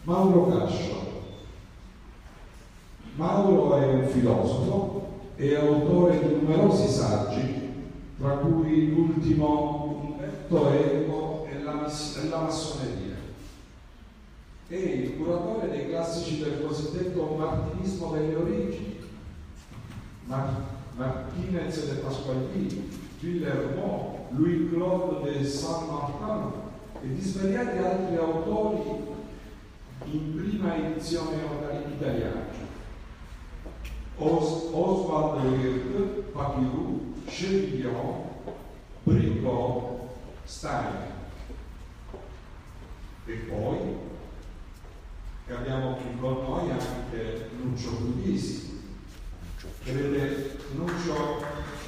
Mauro Cascio. Mauro è un filosofo e autore di numerosi saggi, tra cui l'ultimo Umberto Eco e la massoneria. È il curatore dei classici del cosiddetto martinismo delle origini, Martinez de Pasqualini, Villermo, Louis-Claude de Saint-Martin e di svariati altri autori in prima edizione italiana. Oswald Wirth, Papyrus, Chevillon, Bricot, Stein. E poi abbiamo qui con noi anche Nuccio Puglisi. Vedete, Nuccio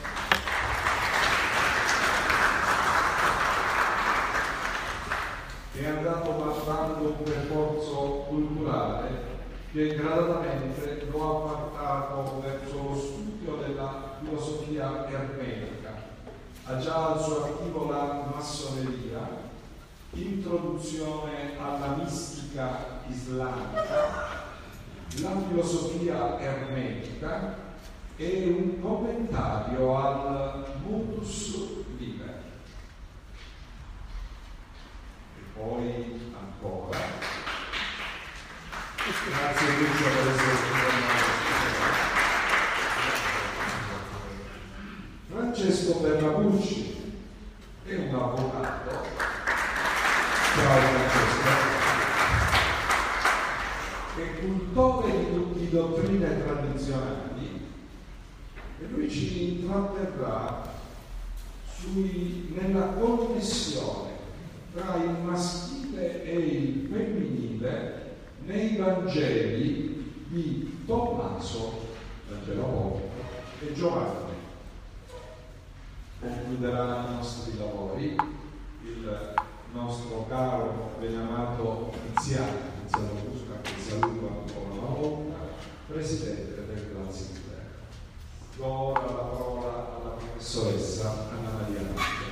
è andato passando un percorso culturale che gradatamente lo ha portato verso lo studio della filosofia ermetica. Ha già al suo attivo la massoneria, introduzione alla mistica islamica, la filosofia ermetica e un commentario al modus vivendi. E poi ancora. Grazie Lucio per essere qui. Francesco Bernabucci è un avvocato. Ciao Francesco. È cultore di dottrine tradizionali e lui ci intratterrà nella connessione tra il maschile e il femminile nei Vangeli di Tommaso, Vangelo e Giovanni. Concluderà i nostri lavori il nostro caro benamato Tiziano Busca, che saluto ancora una volta, presidente del Grazie Inter. Do ora la parola alla professoressa Anna Maria Nante.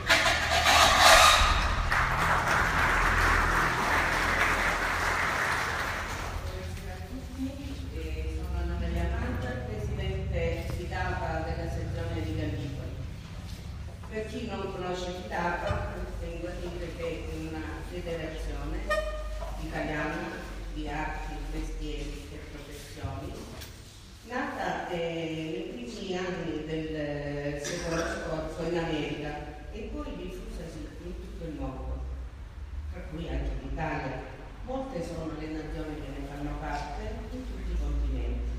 Per chi non conosce FIDAPA, tengo a dire che è una federazione italiana di arti, mestieri e professioni, nata nei primi anni del secolo scorso in America e poi diffusasi in tutto il mondo, tra cui anche in Italia. Molte sono le nazioni che ne fanno parte in tutti i continenti.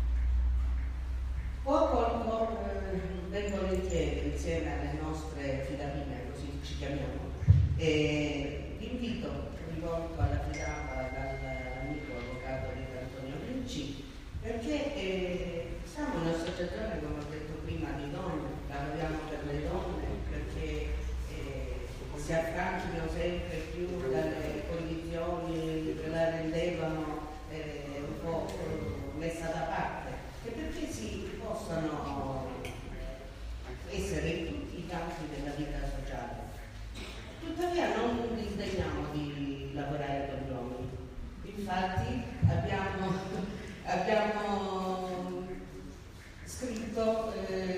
Poco ben volentieri insieme alle nostre fidapine, così ci chiamiamo, l'invito rivolto alla fidapa dall'amico avvocato Antonio Vinci, perché siamo un'associazione, come ho detto prima, di donne, lavoriamo per le donne perché si affranchino sempre più dalle condizioni che la rendevano un po' messa da parte e perché si possano essere in tutti i campi della vita sociale. Tuttavia non disdegniamo di lavorare per gli uomini. Infatti abbiamo sottoscritto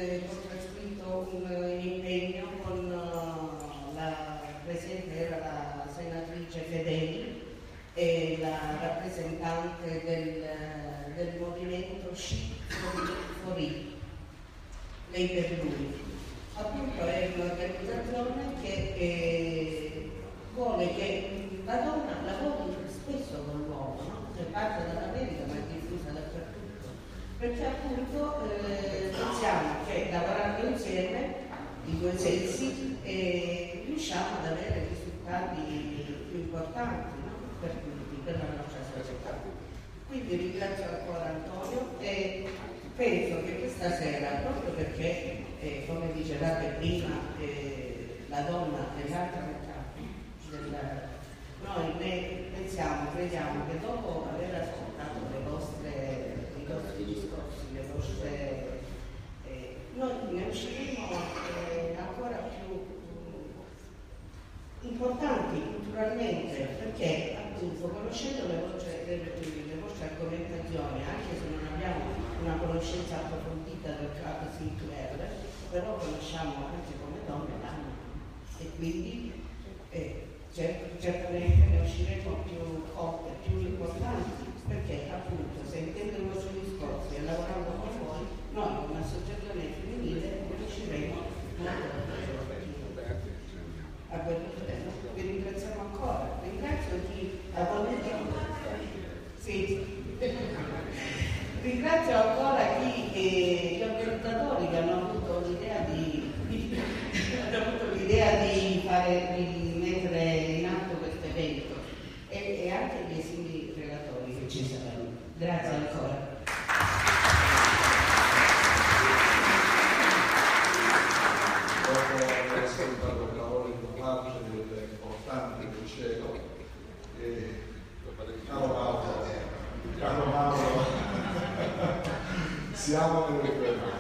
un impegno con la presente era la senatrice Fedeli e la rappresentante del movimento She for It, lei per lui. Appunto è un'organizzazione che vuole che la donna lavori spesso con l'uomo, no? Cioè parte dall'America ma è diffusa dappertutto, perché appunto pensiamo che lavorando insieme i due sessi riusciamo ad avere risultati più importanti, no? Per tutti, per la nostra società. Quindi ringrazio ancora Antonio e penso che questa sera, proprio perché, come dicevate prima, la donna è l'altra metà noi crediamo che dopo aver ascoltato i vostri discorsi, noi ne usciremo ancora più importanti culturalmente, perché appunto conoscendo le voci le vostre argomentazioni, anche se non abbiamo una conoscenza approfondita del club Sinclair, però conosciamo anche come donne l'anima e quindi certamente ne usciremo più colte, più importanti, perché appunto sentendo i vostri discorsi e lavorando con voi, noi come associazione femminile riusciremo a quel livello. Vi ringraziamo ancora, ringrazio chi ringrazio ancora gli organizzatori che hanno avuto l'idea di mettere in atto questo evento e anche gli esimi relatori che ci saranno. Grazie ancora. Dopo aver ascoltato il lavoro importante dell'importante del cielo, caro Paolo, siamo nelle tue mani.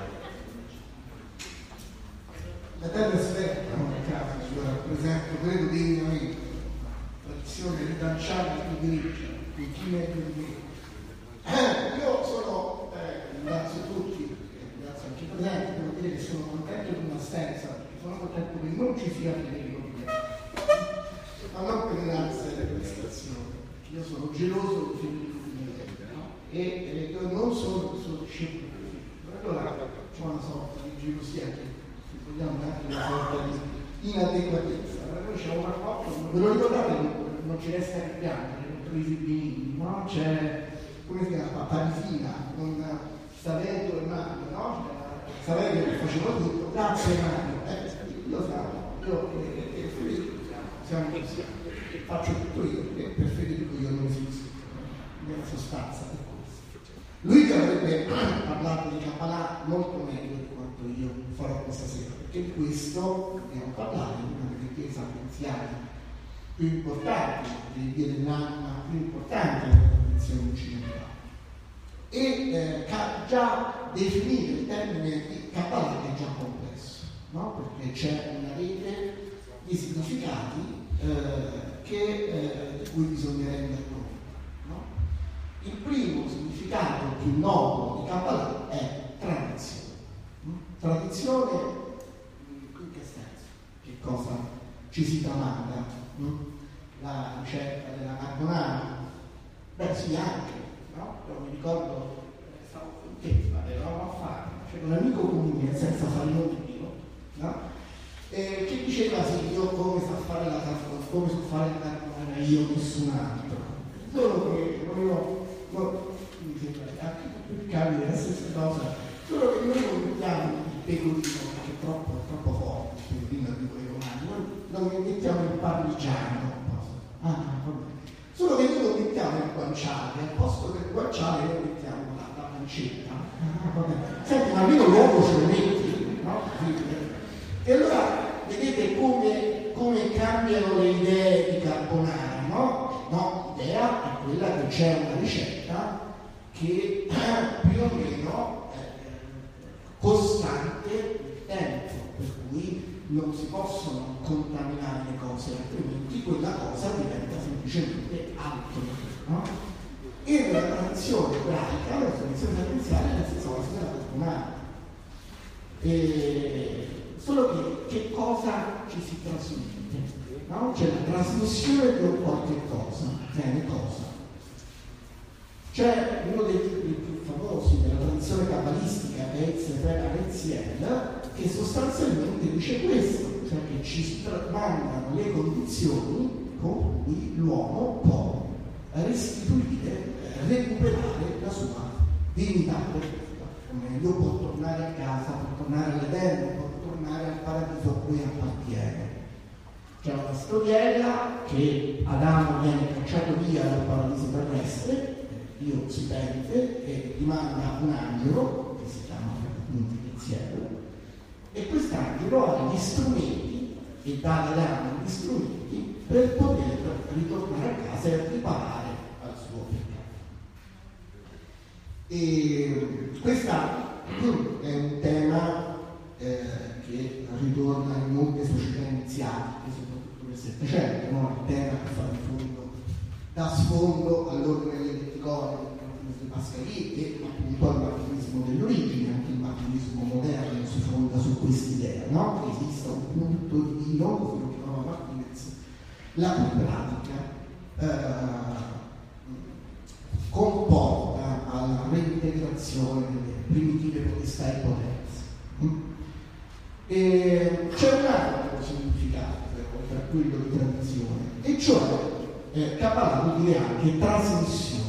La terra aspetta, non a caso, io rappresento, credo, degnamente la tradizione ridanciale più grigia, di chi è più grigia. Io sono, ringrazio tutti, ringrazio anche i presenti, devo dire che sono contento di un'assenza, perché sono contento che non ci sia Federico Pinelli, ma non per l'ansia delle prestazioni, perché io sono geloso di Federico Pinelli, no? E io non sono il suo discepolo, allora c'è una sorta di gelosia che vogliamo anche una sorta di inadeguatezza. Allora noi c'è un rapporto, ve lo ricordate, non ci resta che piangere contro i figli, no? C'è, come si chiama, Parisina, con Saverio e Mario, no? Saverio che faceva tutto, grazie Mario, io e Federico siamo così, faccio tutto io, perché per Federico io non esisto, nella sostanza è questo. Lui che avrebbe parlato di Capalà molto meglio di quanto io farò questa sera, perché di questo dobbiamo parlare di una delle chiese appenziali più importanti, delle vie dell'anima più importanti della tradizione occidentale. E già definire il termine di Capalà è già complesso, no? Perché c'è una rete di significati di cui bisogna rendere conto. No? Il primo significato più noto di Capalà è tradizione. Tradizione, in che senso? Che cosa ci si tramanda? La ricetta della carbonara? Beh sì, anche, no? Però mi ricordo, stavo con te, eravamo a fare, c'era un amico comune senza fare nomi mio, no? Che diceva sì, io come so fare la carbonara, io nessun altro. Solo che mi sembra anche più capire la stessa cosa, solo che noi non mettiamo il pecorino perché è troppo forte, il pecorino di quei romani, noi non mettiamo il parmigiano, solo che noi lo mettiamo il guanciale, al posto del guanciale noi mettiamo la pancetta. Senti, ma lì l'uovo ce lo metti, no? E allora vedete come cambiano le idee di carbonara, no? No, l'idea è quella che c'è una ricetta che più o meno è costante nel tempo, per cui non si possono contaminare le cose, altrimenti quella cosa diventa semplicemente altro, no? E nella tradizione ebraica, la tradizione sapienziale è la stessa cosa della carbonara. Solo che cosa ci si trasmette? No? C'è la trasmissione di un qualche cosa. Bene, cosa? C'è uno dei libri più famosi della tradizione cabalistica, Etziel, che sostanzialmente dice questo, cioè che ci mandano le condizioni con cui l'uomo può restituire, recuperare la sua dignità perfetta. Io può tornare a casa, può tornare all'Eden, può tornare al paradiso a cui appartiene. C'è una storiella che Adamo viene cacciato via dal paradiso terrestre, Dio si pente e gli manda un angelo, che si chiama appunto Etziel, e quest'angelo ha gli strumenti, e dà ad Adamo gli strumenti per poter ritornare a casa e riparare al suo peccato. E questo è un tema che ritorna in molte società iniziatiche, soprattutto nel Settecento, no? Il tema che fa da sfondo all'ordine delle la cui pratica comporta alla reintegrazione delle primitive potestà e potenze. E c'è un altro significato oltre a quello di tradizione, e cioè Kabbalah vuol dire anche trasmissione.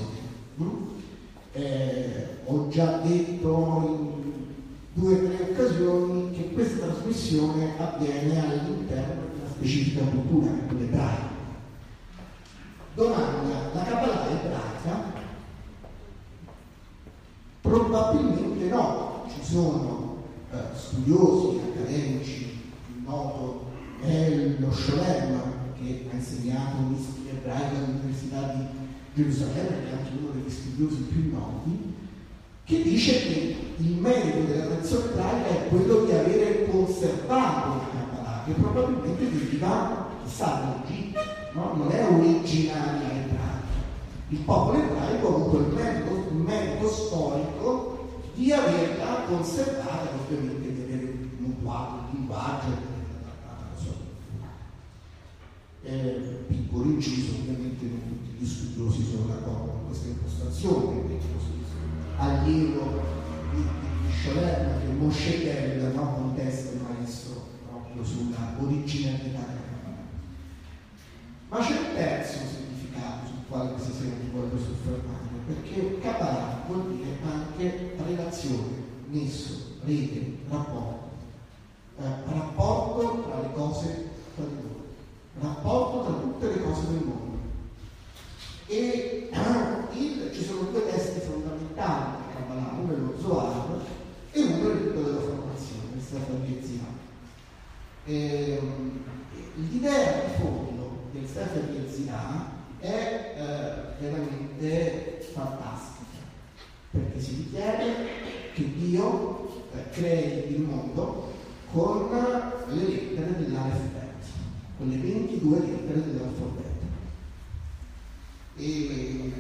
Ho già detto in 2 o 3 occasioni che questa trasmissione avviene all'interno di una specifica cultura, che è quella ebraica. Domanda: la Kabbalah ebraica? Probabilmente no. Ci sono studiosi accademici, il noto è lo Scholem, che ha insegnato mistica ebraica all'Università di Gerusalemme, che è anche uno degli studiosi più noti, che dice che il merito della tradizione ebraica è quello di avere conservato la Kabbalah, che probabilmente deriva, chissà, dall'Egitto, no? Non è originaria ebraica. Il popolo ebraico ha avuto il merito storico di averla conservata, ovviamente di aver mutuato il linguaggio la sua cultura. Piccolo inciso, ovviamente non tutti gli studiosi sono d'accordo con questa impostazione, perché allievo di Scholem, che Moshe Gell, no, contesta il maestro proprio sulla originalità della Kabbalah. Ma c'è un terzo significato sul quale questa sera mi voglio soffermare, perché Kabbalah vuol dire anche relazione, nesso, rete, rapporto. Rapporto tra le cose tra di loro, rapporto tra tutte le cose del mondo. E ci sono 2 testi fondamentali di Kabbalah, uno è lo Zohar e uno è il libro della formazione, il Sefer Yetzirah. L'idea di fondo del Sefer Yetzirah è veramente fantastica, perché si ritiene che Dio crei il mondo con le lettere dell'alfabeto, con le 22 lettere dell'alfabeto. E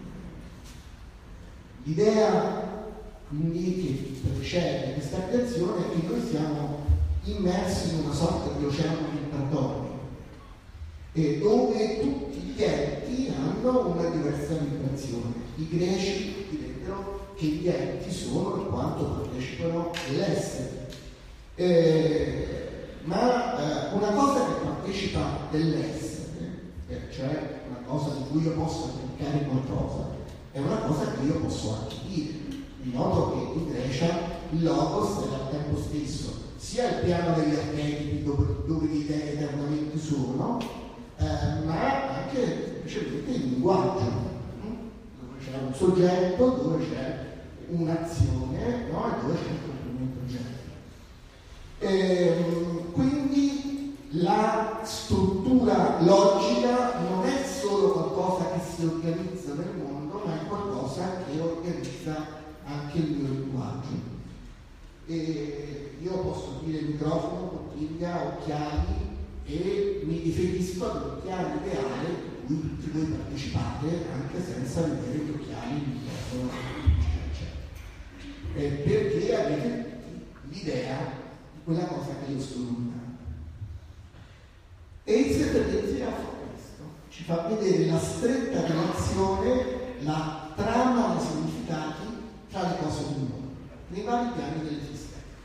l'idea quindi che precede questa creazione è che noi siamo immersi in una sorta di oceano vibratorio, e dove tutti gli enti hanno una diversa vibrazione. I greci direbbero che gli enti sono in quanto partecipano all'essere. Ma una cosa che partecipa dell'essere, cioè una cosa di cui io posso applicare qualcosa, è una cosa che io posso anche dire. Vi noto che in Grecia il logos è al tempo stesso sia il piano degli archetipi dove le idee eternamente sono, ma anche semplicemente il linguaggio, dove c'è un soggetto, dove c'è un'azione, no? E dove c'è un complemento genere. Quindi la struttura logica non è solo qualcosa che si organizza nel mondo, ma è qualcosa che organizza anche il mio linguaggio. E io posso dire microfono, bottiglia, occhiali, e mi riferisco ad un occhiale ideale in cui tutti voi partecipate anche senza vedere gli occhiali, il microfono, eccetera. Perché avete l'idea di quella cosa che io sto nominando. E il Sefer Yetzirah fa questo, ci fa vedere la stretta relazione, la trama dei significati tra le cose del mondo, nei vari piani dell'esistenza.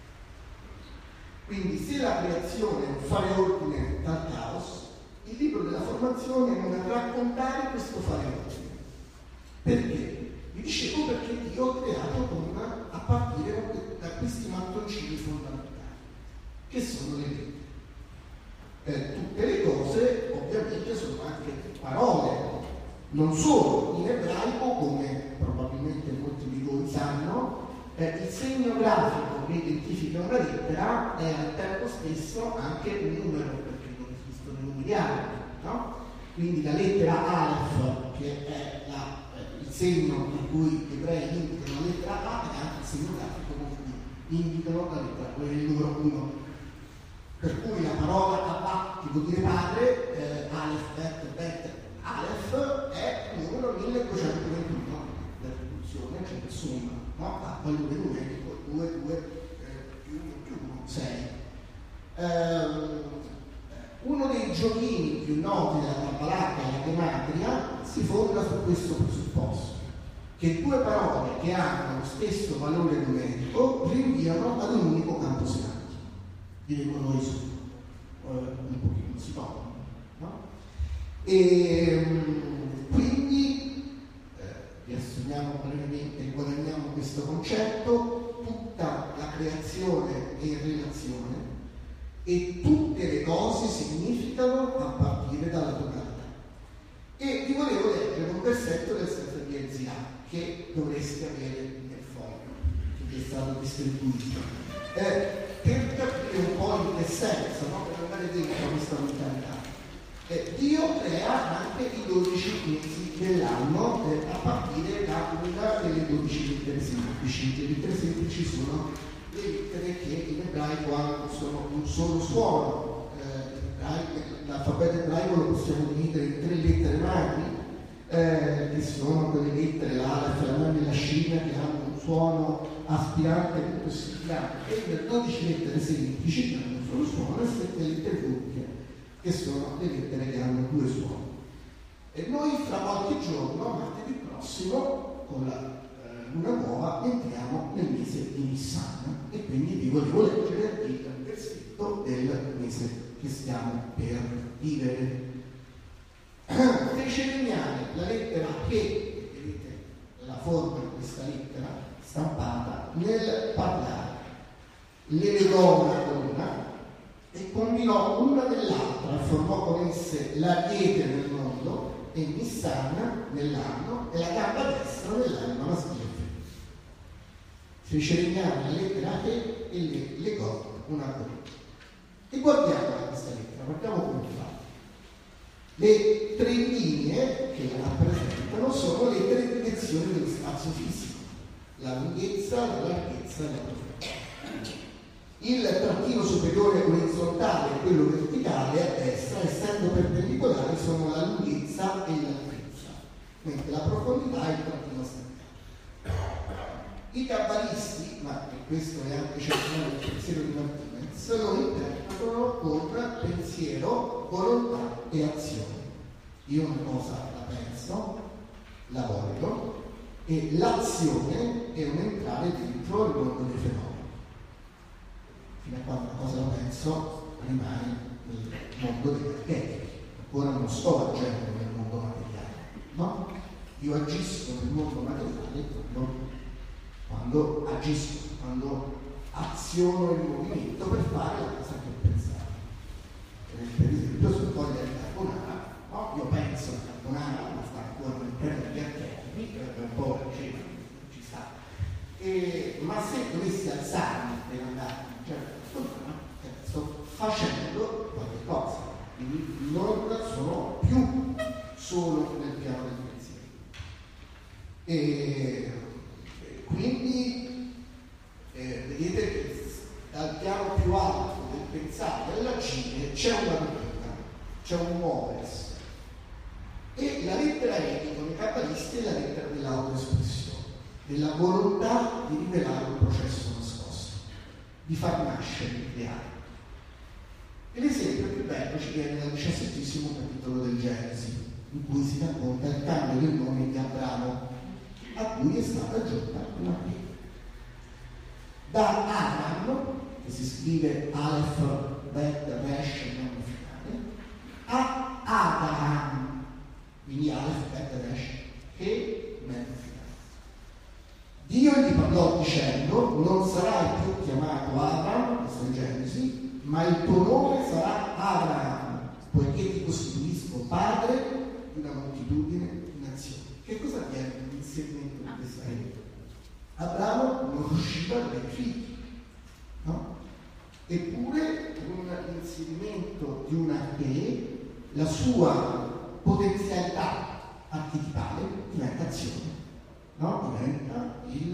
Quindi se la creazione è un fare ordine dal caos, il libro della formazione non è raccontare questo fare ordine. Perché? Vi dicevo perché Dio ha creato a partire da questi mattoncini fondamentali, che sono le lettere. Tutte le cose ovviamente sono anche parole, non solo in ebraico, come probabilmente molti di voi sanno. Il segno grafico che identifica una lettera è al tempo stesso anche un numero, perché non esistono i numeri arabi, no? Quindi la lettera Aleph, che è il segno per cui gli ebrei indicano la lettera A, è anche il segno grafico con cui indicano la lettera, il numero 1. Per cui la parola Abba, che vuol dire padre, Aleph, Bet, Aleph, è il numero 1221 della rivoluzione, cioè il somma, no? A valore numerico 2, 2, più 1, più 1, 6. Uno dei giochini più noti della Kabbalah e la gematria si fonda su questo presupposto, che due parole che hanno lo stesso valore numerico rinviano ad un unico campo semantico. Diremo noi un pochino si toccano, no? E quindi riassumiamo brevemente, riguadagniamo questo concetto: tutta la creazione è in relazione e tutte le cose significano a partire dalla totalità. E vi volevo leggere un versetto del Sefer Yetzirah che dovreste avere nel foglio che vi è stato distribuito, per capire un po' in che senso, no? Per andare dentro questa mentalità. Dio crea anche i 12 mesi dell'anno a partire da una delle 12 lettere semplici. Le lettere semplici sono le lettere che in ebraico hanno un solo suono. L'alfabeto ebraico lo possiamo dividere in 3 lettere madri, che sono quelle lettere, l'alef, la mem e la shin, che hanno un suono aspirante e possibilante, e le 12 lettere semplici che hanno un solo suono, e 7 lettere doppie, che sono le lettere che hanno 2 suoni. E noi fra qualche giorno, martedì prossimo, con la luna nuova, entriamo nel mese di Nissan, e quindi vi volevo leggere il versetto del mese che stiamo per vivere. Fece regnare la lettera che, vedete la forma di questa lettera stampata, nel parlare, le legò una donna e combinò una dell'altra, formò con esse l'ariete nel mondo e Nissan nell'anno e la gamba destra nell'anima maschile. Fece regnare la lettera che e le legò una donna. E guardiamo questa lettera, guardiamo come fa. Le 3 linee che la rappresentano sono le 3 direzioni dello spazio fisico: la lunghezza, la larghezza e la profondità. Il trattino superiore orizzontale e quello verticale a destra, essendo perpendicolari, sono la lunghezza e l'altezza, mentre la profondità è il trattino staccato. I kabbalisti, ma questo è anche centrale del pensiero di Martinez, lo interpretano con pensiero, volontà e azione. Io una cosa la penso, la voglio, e l'azione è un entrare dentro il mondo dei fenomeni. Fino a quando una cosa la penso, rimane nel mondo degli archetipi. Ancora non sto agendo nel mondo materiale, no? Io agisco nel mondo materiale quando agisco, quando aziono il movimento per fare la cosa che ho pensato. Per esempio, se toglie il carbonara, no? Io penso al carbonara, ma sta ancora nel piano degli archetipi, per un po' la cena ci sta. Ma se dovessi alzarmi per andare a un certo punto, sto facendo qualche cosa, quindi non sono più solo nel piano del pensiero. Quindi vedete che dal piano più alto del pensare e dell'agire c'è una vita, c'è un muoversi. E la lettera E, dicono i kabbalisti, è la lettera dell'autoespressione, della volontà di rivelare un processo nascosto, di far nascere l'ideale. E l'esempio più bello ci viene dal 17° capitolo del Genesi, in cui si racconta il cambio del nome di Abramo, a cui è stata aggiunta una P. Da Aram, che si scrive Aleph, Bet, Resh, nome finale, a Abraham, quindi Aleph, Bet, Resh, che mezzo finale. Dio gli parlò dicendo: non sarai più chiamato Abraham, questo è Genesi, ma il tuo nome sarà Abraham, poiché ti costituisco padre di una moltitudine di nazioni. Che cosa avviene nell'inserimento di questa rete? Abramo non riusciva ad avere figli, no? Eppure con l'inserimento di una E, la sua potenzialità archetipale diventa azione, no? Diventa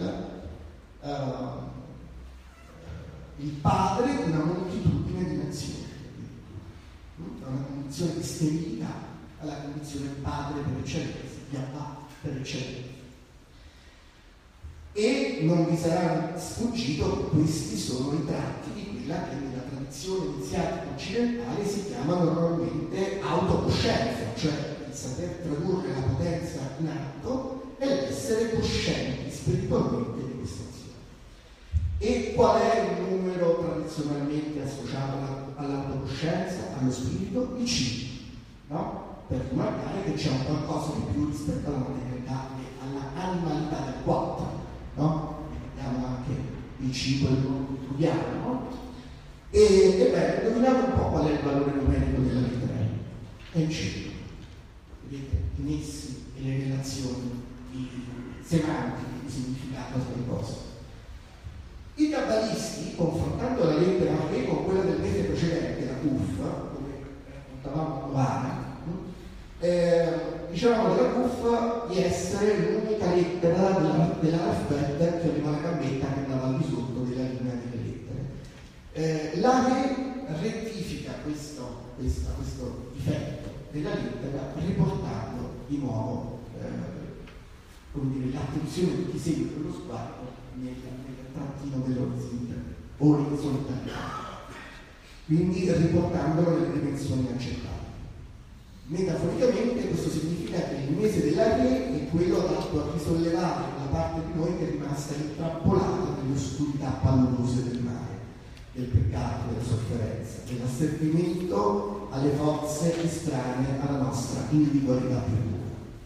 il padre di una moltitudine di nazioni, da una condizione di sterilità alla condizione padre per eccellenza, di Abba per eccellenza. E non vi sarà sfuggito che questi sono i tratti di quella che nella tradizione iniziatica occidentale si chiama normalmente autocoscienza, cioè il saper tradurre la potenza in atto e l'essere coscienti spiritualmente di questa azione. E qual è il numero tradizionalmente associato all'autocoscienza, allo spirito? Il 5, no? Per rimarcare che c'è un qualcosa di più rispetto alla materialità e alla animalità del 4, no? Vediamo anche il 5 del mondo studiano, no? E beh, indovinate un po' qual è il valore numerico della lettera E. È il 5. Vedete, i nessi e le relazioni, i semantici, di significato delle cose. I kabbalisti, confrontando la lettera E con quella del mese precedente, la Kuf, come raccontavamo a Novara, dicevamo della Kuf di essere l'unica lettera dell'alfabeto che aveva la gambetta che andava al di sotto della linea delle lettere. La Re rettifica questo difetto della lettera riportando di nuovo l'attenzione di chi segue quello sguardo nel trattino dell'orizzontalità, quindi riportandolo nelle dimensioni accettabili. Metaforicamente questo significa che il mese della Re è quello adatto a risollevare quella parte di noi che è rimasta intrappolata nelle oscurità paludose del mare, del peccato, della sofferenza, dell'asservimento alle forze estranee alla nostra individualità più pura.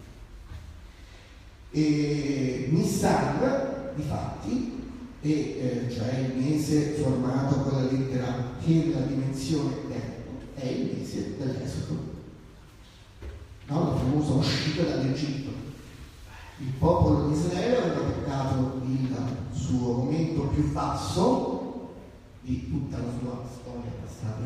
E Nissan, difatti, cioè il mese formato con la lettera che della dimensione tempo, è il mese dell'Esodo, no? La famosa uscita dall'Egitto. Il popolo di Israele aveva toccato il suo momento più basso di tutta la sua storia passata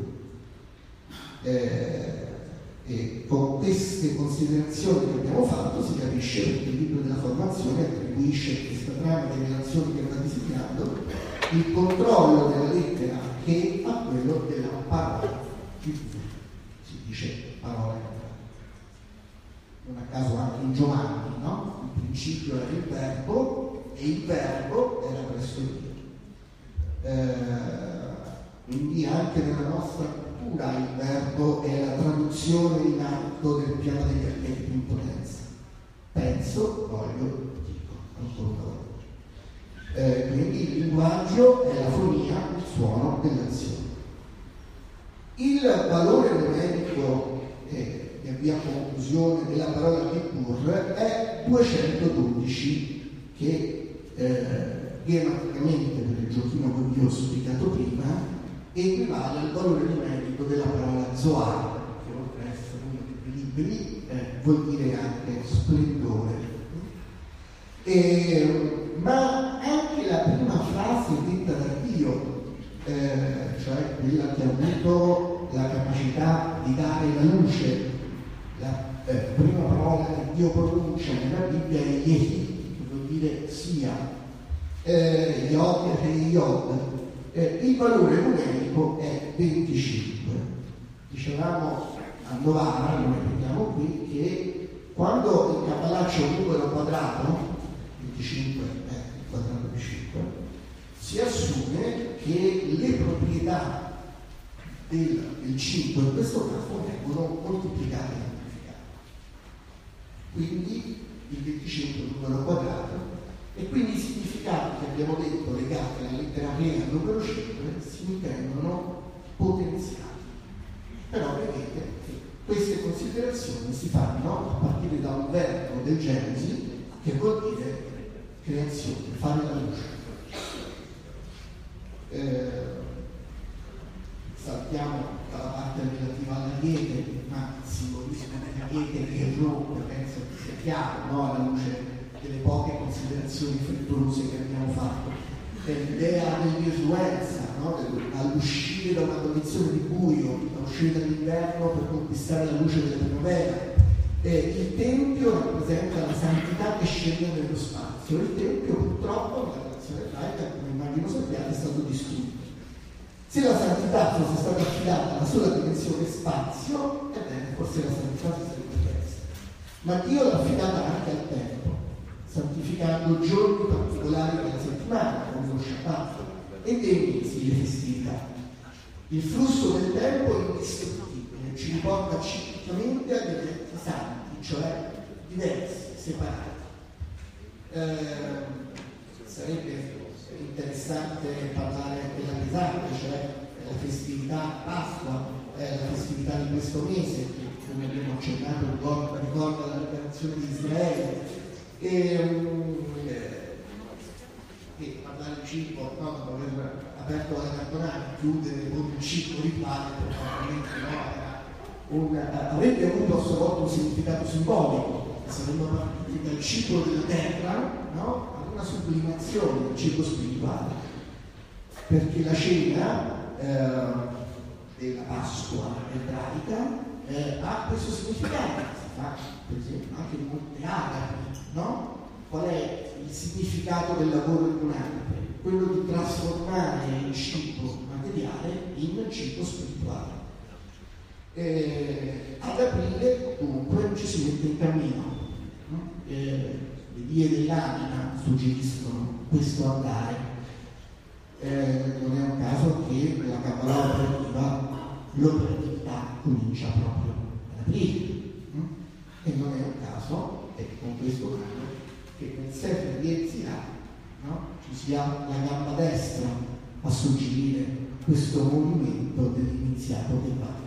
e futura. E con queste considerazioni che abbiamo fatto si capisce perché il libro della formazione attribuisce a questa trama di relazioni che va disegnando il controllo della lettera che a quello della parola. Si dice parola. Non a caso anche in Giovanni, no? Il principio era il verbo e il verbo era presso Dio. Quindi anche nella nostra cultura il verbo è la traduzione in atto del piano degli archetipi in potenza. Penso, voglio, dico, ancora una volta. Quindi il linguaggio è la fonia, il suono dell'azione. Il valore numerico e via conclusione della parola Kippur è 212 che grammaticamente per il giochino che vi ho spiegato prima equivale al valore numerico della parola Zohar, che oltre a essere uno dei libri vuol dire anche splendore. Ma anche la prima frase detta da Dio, cioè quella che ha avuto la capacità di dare la luce, la prima parola che Dio pronuncia nella Bibbia è Yehi, che vuol dire sia, Yod e Yod. Il valore numerico è 25. Dicevamo a Novara, noi vediamo qui, che quando il cavalaccio è un numero quadrato, 25 è il quadrato di 5, si assume che le proprietà del 5 in questo caso vengono moltiplicate e amplificate. Quindi il 25 è un numero quadrato e quindi i significati che abbiamo detto legati alla lettera E al numero 5 si intendono potenziati. Però vedete che queste considerazioni si fanno a partire da un verbo del Genesi che vuol dire creazione, fare la luce. Saltiamo dalla parte relativa all'ariete, ma il simbolismo dell'ariete che rompe, penso che sia chiaro, no? Alla luce delle poche considerazioni frettolose che abbiamo fatto, l'idea dell'irruenza, no? All'uscire da una condizione di buio, a uscire dall'inverno per conquistare la luce della primavera. Il Tempio rappresenta la santità che scende nello spazio. Il Tempio purtroppo nella tradizione ebraica, come immagino sappiate, è stato distrutto. Se la santità fosse stata affidata alla sola dimensione spazio, ebbene forse la santità si sarebbe persa. Ma Dio l'ha affidata anche al tempo, santificando significando giorni particolari della settimana, come lo Shabbat, e dei mesi di festività. Il flusso del tempo è indistruttibile, ci riporta ciclicamente a dei eventi santi, cioè diversi, separati. Sarebbe interessante parlare della pesante, cioè la festività Pasqua, la festività di questo mese, che come abbiamo accennato ricorda la liberazione di Israele, e parlare di cibo, no, dopo aver aperto la cartonata, chiudere con un cibo rituale, probabilmente no, avrebbe avuto a sua volta un significato simbolico, saremmo partiti dal cibo della terra, no, ad una sublimazione del cibo spirituale, perché la cena della Pasqua ebraica ha questo significato, si fa per esempio anche in molte arabe, no? Qual è il significato del lavoro di un'arabe? Quello di trasformare il cibo materiale in cibo spirituale. Ad aprile dunque ci si mette in cammino, no? Le vie dell'anima suggeriscono questo andare. Non è un caso che la Kabbalah operativa, l'operatività comincia proprio ad aprile, e non è un caso, e con questo caso, che nel Sefer di Yetzirah, no, ci sia la gamba destra a suggerire questo movimento dell'iniziato del Vatican.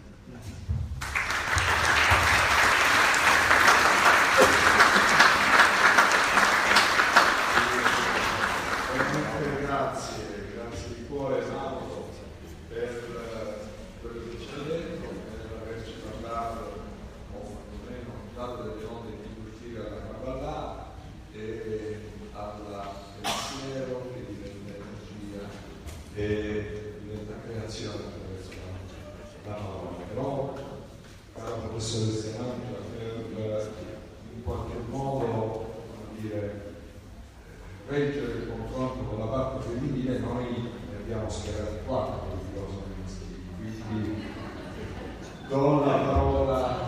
Grazie di cuore Mauro per quello che ci ha detto, per averci parlato, o quantomeno dato delle note di cultura alla Kabbalah e al pensiero che diventa energia e diventa creazione attraverso la parola. Però, caro professore Serangela, per in qualche modo, come dire, reggere il confronto con la parte femminile, noi ne abbiamo schierati 4 di filosofi maschili, quindi do la parola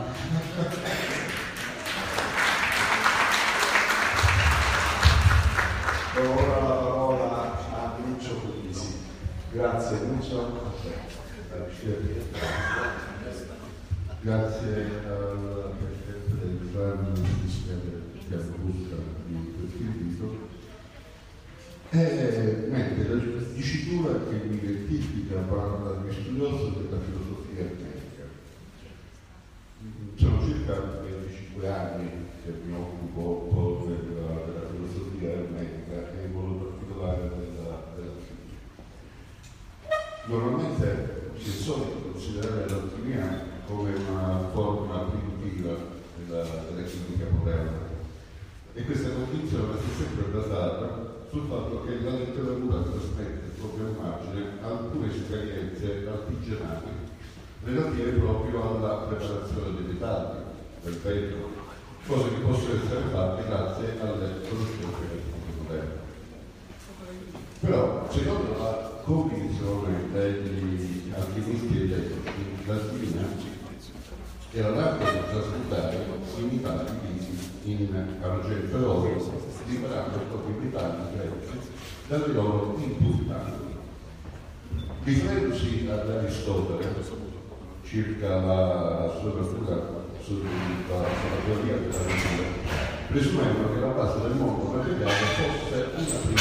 a Lucio Polisi. Grazie Lucio. Grazie al Presidente del Governo Piano Busca di questo invito. Mentre la dicitura che mi identifica parlando da studioso della filosofia ermetica. Sono circa 25 anni che mi occupo un po' della filosofia ermetica e in modo particolare della chimica. Normalmente si è solito considerare l'alchimia come una forma primitiva della chimica moderna, e questa convinzione si è sempre basata sul fatto che la letteratura trasmette il proprio immagine alcune esperienze artigianali relative proprio alla preparazione dei metalli, del vetro, cose che possono essere fatte grazie alle conoscenze del mondo moderno. Però, secondo la convinzione degli alchimisti elettrici, l'alchimia era l'arte di trasmutare i metalli in argento e oro, liberando proprio i metalli grezzi dalle loro impurità. Riferendosi ad Aristotele circa la sua natura sulla teoria della natura, presumendo che la base del mondo materiale fosse una prima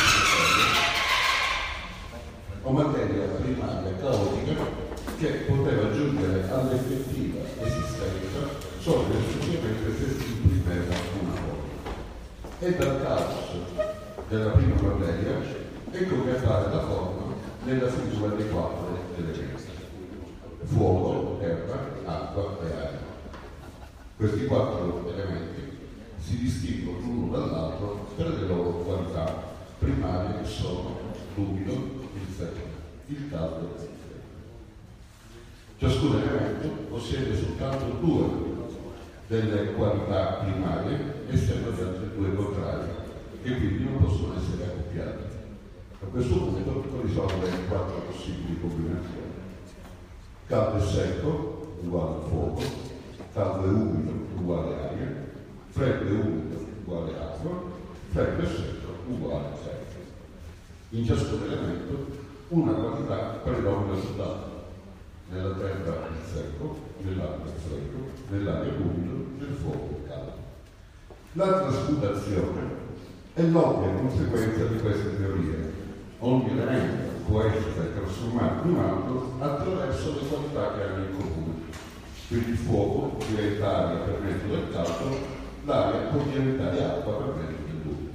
o materia primaria caotica che poteva giungere all'effettiva esistenza solo e esclusivamente se si imprimeva una forma. E dal caos della prima materia ecco che appare la forma nella figura dei 4 elementi: fuoco, terra, acqua e aria. Questi 4 elementi si distinguono l'uno dall'altro per le loro qualità primarie, che sono l'umido, il freddo, il caldo e il freddo. Ciascun elemento possiede soltanto 2 delle qualità primarie e sempre gli altri 2 contrari, che quindi non possono essere accoppiati. A questo punto quali sono le 4 possibili combinazioni? Caldo e secco uguale fuoco, caldo e umido uguale aria, freddo e umido uguale acqua, ferro e secco uguale a 6. In ciascun elemento una quantità predomina sull'altra. Nella terra il secco, nell'acqua il freddo, nell'aria l'umido, nel fuoco il caldo. La trasmutazione è l'ovvia conseguenza di queste teorie. Ogni elemento può essere trasformato in un altro attraverso le qualità che hanno in comune. Quindi il fuoco diventa aria per mezzo del caldo, l'aria può diventare acqua per mezzo dell'umido.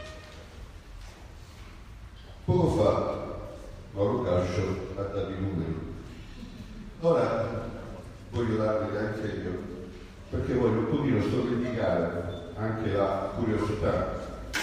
Poco fa Mauro Cascio ha dato i numeri. Ora voglio darvi anche io, perché voglio un pochino sollecitare anche la curiosità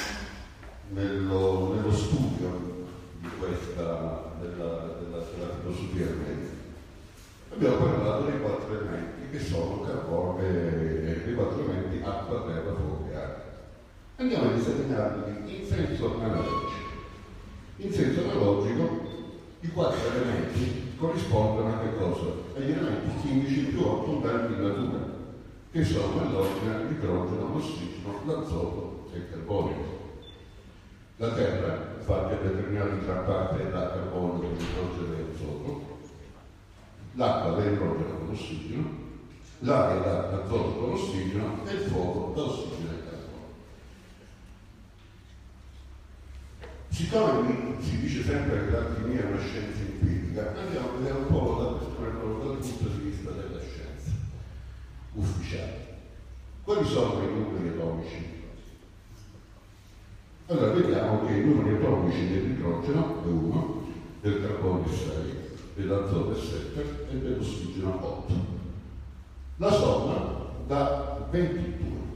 nello studio di questa della filosofia ermetica. Abbiamo parlato dei 4 elementi che sono carbone, dei 4 elementi acqua, terra, fuoco e aria. Andiamo a esaminarli in senso analogico. In senso analogico i 4 elementi corrispondono a che cosa? Agli elementi chimici più abbondanti in natura, che sono nell'ordine l'idrogeno, l'ossigeno, l'azoto e il carbonio. La terra infatti è determinata in gran parte da carbonio, idrogeno e azoto, l'acqua da idrogeno con l'ossigeno, l'aria da azoto con l'ossigeno e il fuoco da ossigeno e carbonio. Siccome si dice sempre che l'alchimia è una scienza empirica, andiamo a vedere un po' dal punto di vista della scienza ufficiale. Quali sono i numeri atomici? Allora vediamo che i numeri atomici dell'idrogeno è 1, del carbonio è 6, dell'azoto è 7 e dell'ossigeno 8. La somma dà 22.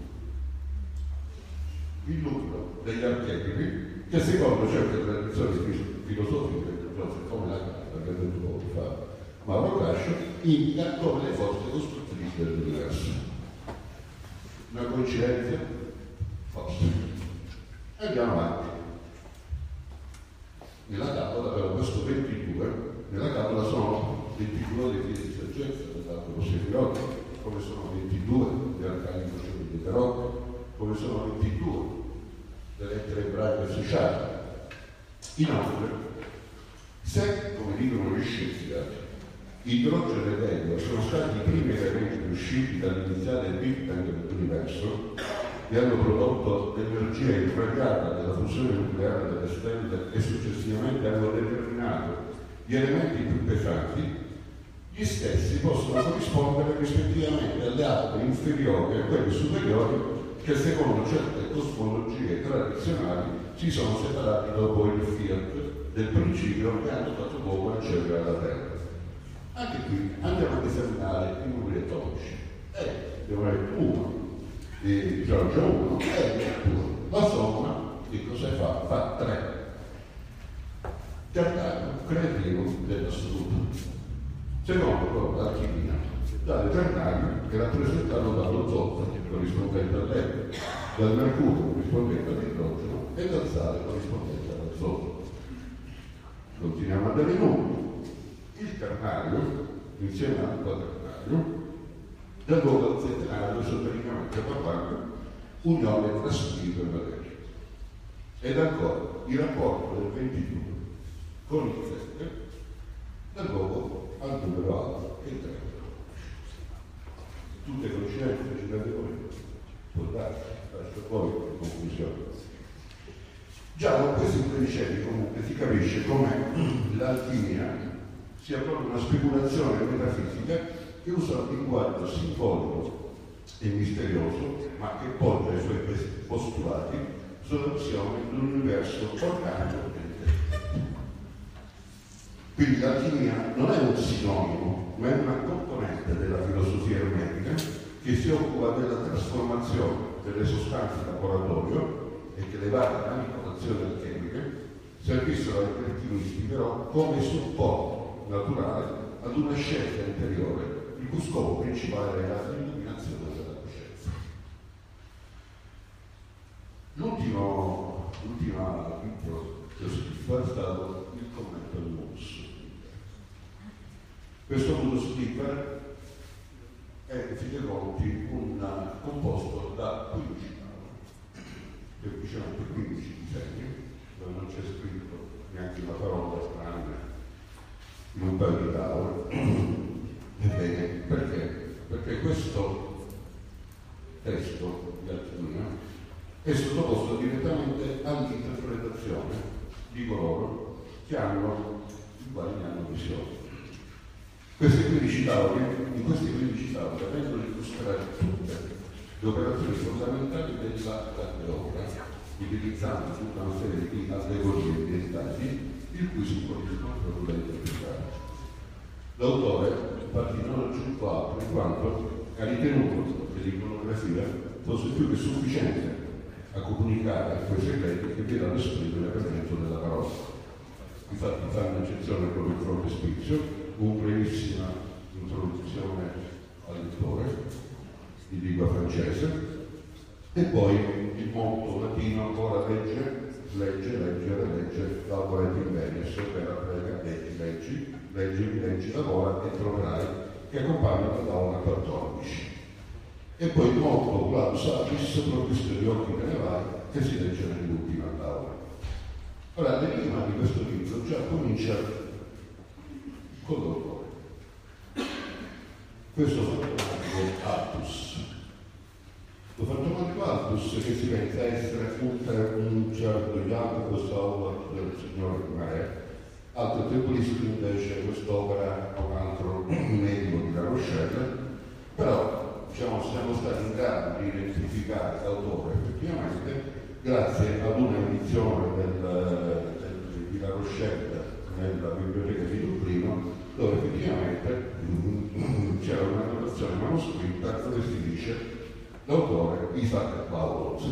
Il numero degli archetipi, che secondo certe tradizioni filosofiche, come la carta che ha detto poco fa Mauro Cascio, indica come le forze costruttrici dell'universo. Una coincidenza? Forse. Andiamo avanti. Nella tavola abbiamo questo 22, nella tavola sono 22 dei fili di saggezza dell'altro Sefirot, come sono 22 gli arcani procedenti di Tarot, come sono 22 delle lettere ebraiche associate. Inoltre, se, come dicono gli scienziati, idrogeno ed elio sono stati i primi elementi usciti dall'iniziale Big Bang dell'universo e hanno prodotto l'energia irradiata della fusione nucleare delle stelle e successivamente hanno determinato gli elementi più pesanti, gli stessi possono corrispondere rispettivamente alle acque inferiori e a quelle superiori che secondo certe cosmologie tradizionali si sono separati dopo il fiat del principio che hanno dato luogo al cielo e alla terra. Anche qui andiamo ad esaminare i numeri atomici. Abbiamo detto 1, idrogeno 1 e 2. La somma di cosa fa? Fa 3. Giardano creativo dell'assoluto. Secondo l'alchimia, tale giardano è rappresentato dallo zolfo, corrispondente all'elio, dal mercurio, corrispondente all'idrogeno, e dal sale, corrispondente all'azoto. Continuiamo a dare i numeri. Il carnario, insieme al quaternario, dà luogo al settenario, esotericamente parlando, unione tra spirito e materia. Ed ancora, il rapporto del 22 con il 7 dà luogo al numero alto, che è il 30. Tutte coincidenze, ci date voi? Può darsi, lascio poi in conclusione. Già con questi tredicenni comunque si capisce come l'alchimia sia proprio una speculazione metafisica che usa un linguaggio simbolico e misterioso, ma che poggia i suoi postulati sulla visione di un universo organico e intelligente. Quindi l'alchimia non è un sinonimo, ma è una componente della filosofia ermetica che si occupa della trasformazione delle sostanze in laboratorio e che le varie manipolazioni alchemiche servissero agli alchimisti però come supporto naturale ad una scelta interiore, il cui scopo principale era l'illuminazione della coscienza. L'ultima libro che ho scritto è stato il commento di Mus. Questo Mus è, in fin dei conti, un composto da 15 parole. semplicemente 15 disegni, dove non c'è scritto neanche una parola strana in un paio di tavole. Ebbene, perché? Perché questo testo di alchimia è sottoposto direttamente all'interpretazione di coloro che hanno, i quali ne hanno visione. In questi 15 tavoli vengono illustrate tutte le operazioni fondamentali della grande opera, utilizzando tutta una serie di allegorie e di dettagli, il cui simbolismo è proprio da interpretare. L'autore infatti non ha aggiunto altro in quanto ha ritenuto che l'iconografia fosse più che sufficiente a comunicare quei segreti che viene ad esprimere per mezzo della parola. Infatti fanno eccezione proprio il frontespizio, una brevissima introduzione al lettore di lingua francese e poi il motto latino ancora legge, lavora et invenies, ovvero prega, leggi, lavora e troverai, che accompagna la tavola 14. E poi il motto Claus Abis, provvisto di occhi te ne vai, che si legge nell'ultima tavola. Ora, l'enigma di questo libro già comincia con l'autore. Questo fantomatico Altus. Lo fantomatico Altus che si pensa essere un certo Jacopo Sauer del signore Mare, altro tempolistico invece quest'opera o un altro medico di La Rochelle, però diciamo siamo stati in grado di identificare l'autore effettivamente grazie ad una edizione di La Rochelle nella biblioteca di Dublino, dove effettivamente c'era una notazione manoscritta dove si dice l'autore Isaac Bauhaus.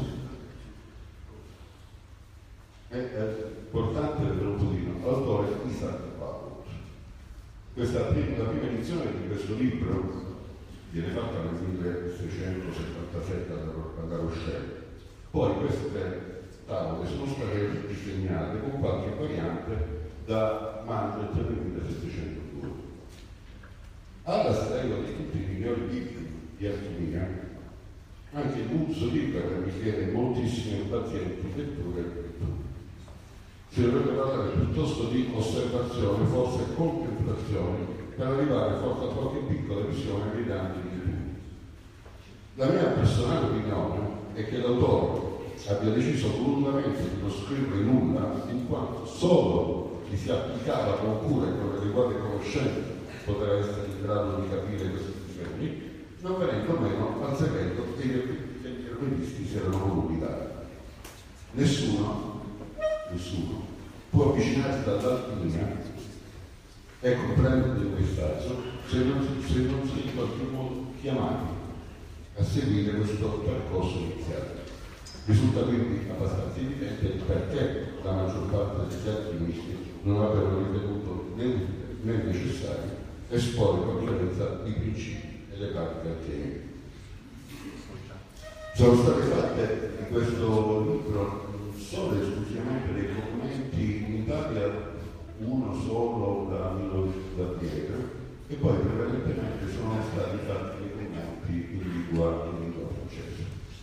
È importante vedere un pochino l'autore Isaac Bauhaus. La prima edizione di questo libro viene fatta nel 1677 alla Rochelle. Poi queste tavole sono state disegnate con qualche variante da Mandet nel 1702. Alla stregua di tutti i migliori libri di alchimia, anche il Buzzo Liber richiede moltissime pazienti letture e letture. Si dovrebbe parlare piuttosto di osservazione, forse contemplazione, per arrivare forse a qualche piccola visione dei danni di tutti. La mia personale opinione è che l'autore abbia deciso volontariamente di non scrivere nulla, in quanto solo chi si applicava con cura e con adeguate conoscenze poteva essere in grado di capire questi disegni, non venendo meno al segreto che gli ermetisti si erano voluti dare. Nessuno può avvicinarsi dall'alchimia e comprendere il messaggio se non si in qualche modo chiamati a seguire questo percorso iniziale. Risulta quindi abbastanza evidente il perché la maggior parte degli alchimisti non avevano ritenuto né utile né necessario esporre con chiarezza i principi e le pratiche alchemiche. Sono state fatte in questo libro solo e esclusivamente dei documenti in Italia, uno solo da Pietro, e poi prevalentemente sono stati fatti dei documenti in lingua francese.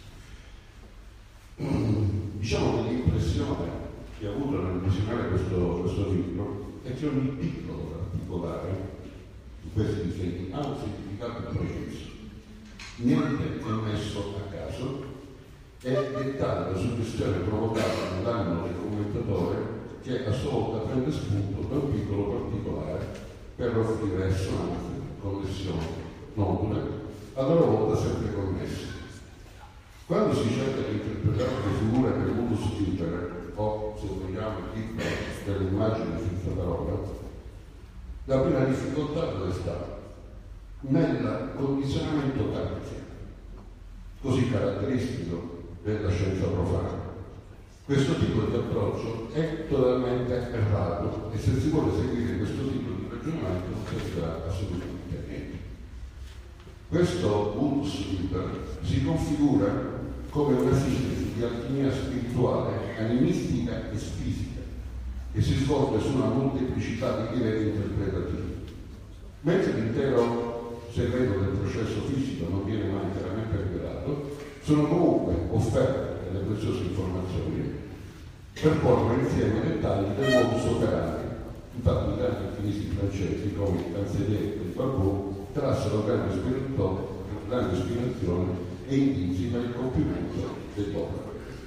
Diciamo che l'impressione che ho avuto nel visionare questo libro è che ogni piccolo particolare di questi disegni ha un significato preciso. Niente è messo a caso e dettata la suggestione provocata nell'animo del commentatore che a sua volta prende spunto da un piccolo particolare per offrire assonanze, connessioni, nodule, a loro volta sempre connesse. Quando si cerca di interpretare le figure del modus vincere, o se vogliamo il tipo dell'immagine senza parola, la prima difficoltà dove sta? Nel condizionamento carteziano, così caratteristico della scienza profana. Questo tipo di approccio è totalmente errato e se si vuole seguire questo tipo di ragionamento non servirà assolutamente a niente. Questo Bundus Liber si configura come una sintesi di alchimia spirituale, animistica e fisica, che si svolge su una molteplicità di livelli interpretativi. Mentre l'intero segreto del processo fisico non viene mai chiaramente rivelato, sono comunque offerte le preziose informazioni per porre insieme i dettagli del modus operandi. Infatti i grandi alpinisti francesi come il Cancelliere e il Barbot trassero grande ispirazione e indizi per il compimento dell'opera.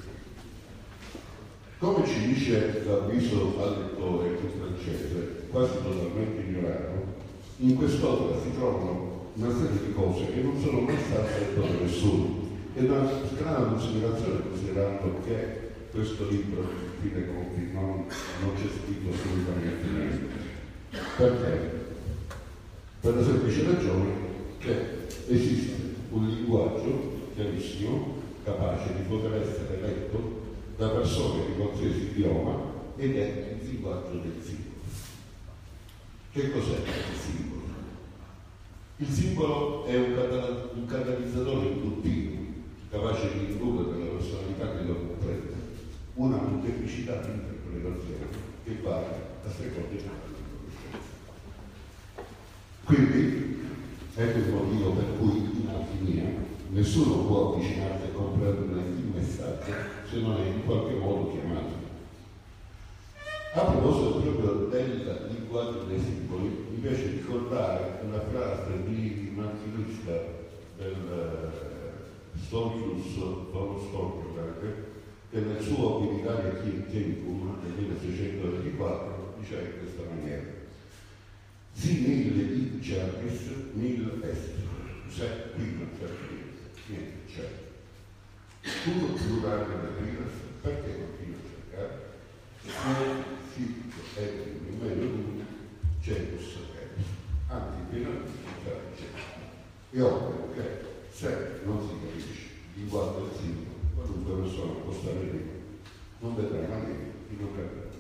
Come ci dice l'avviso al lettore in francese, quasi totalmente ignorato, in quest'opera si trovano una serie di cose che non sono mai state dette da nessuno, ed è una strana considerazione considerando che questo libro, fine conti, non c'è scritto assolutamente niente. Perché? Per la semplice ragione che esiste un linguaggio chiarissimo, capace di poter essere letto da persone di qualsiasi idioma, ed è il linguaggio del simbolo. Che cos'è il simbolo? Il simbolo è un catalizzatore induttivo, capace di indurre nella personalità che lo comprende una molteplicità di interpretazioni che va a seconda della conoscenza. Quindi, ecco il motivo per cui in alchimia nessuno può avvicinarsi e comprendere il messaggio se non è in qualche modo chiamato. A proposito proprio del linguaggio dei simboli, mi piace ricordare una frase di un alchimista del Stoltius von Stoltenberg, che nel suo Militaria Chemicum del 1624 diceva in questa maniera: si nil id certis nil est, cioè qui non c'è niente, c'è tutto plurale del virus, perché continua a cercare? Si è in meglio di cenus est, anzi finalmente c'è. E ovvio che se non si capisce il linguaggio del simbolo, qualunque persona può stare lì, non vedrà mai di non capire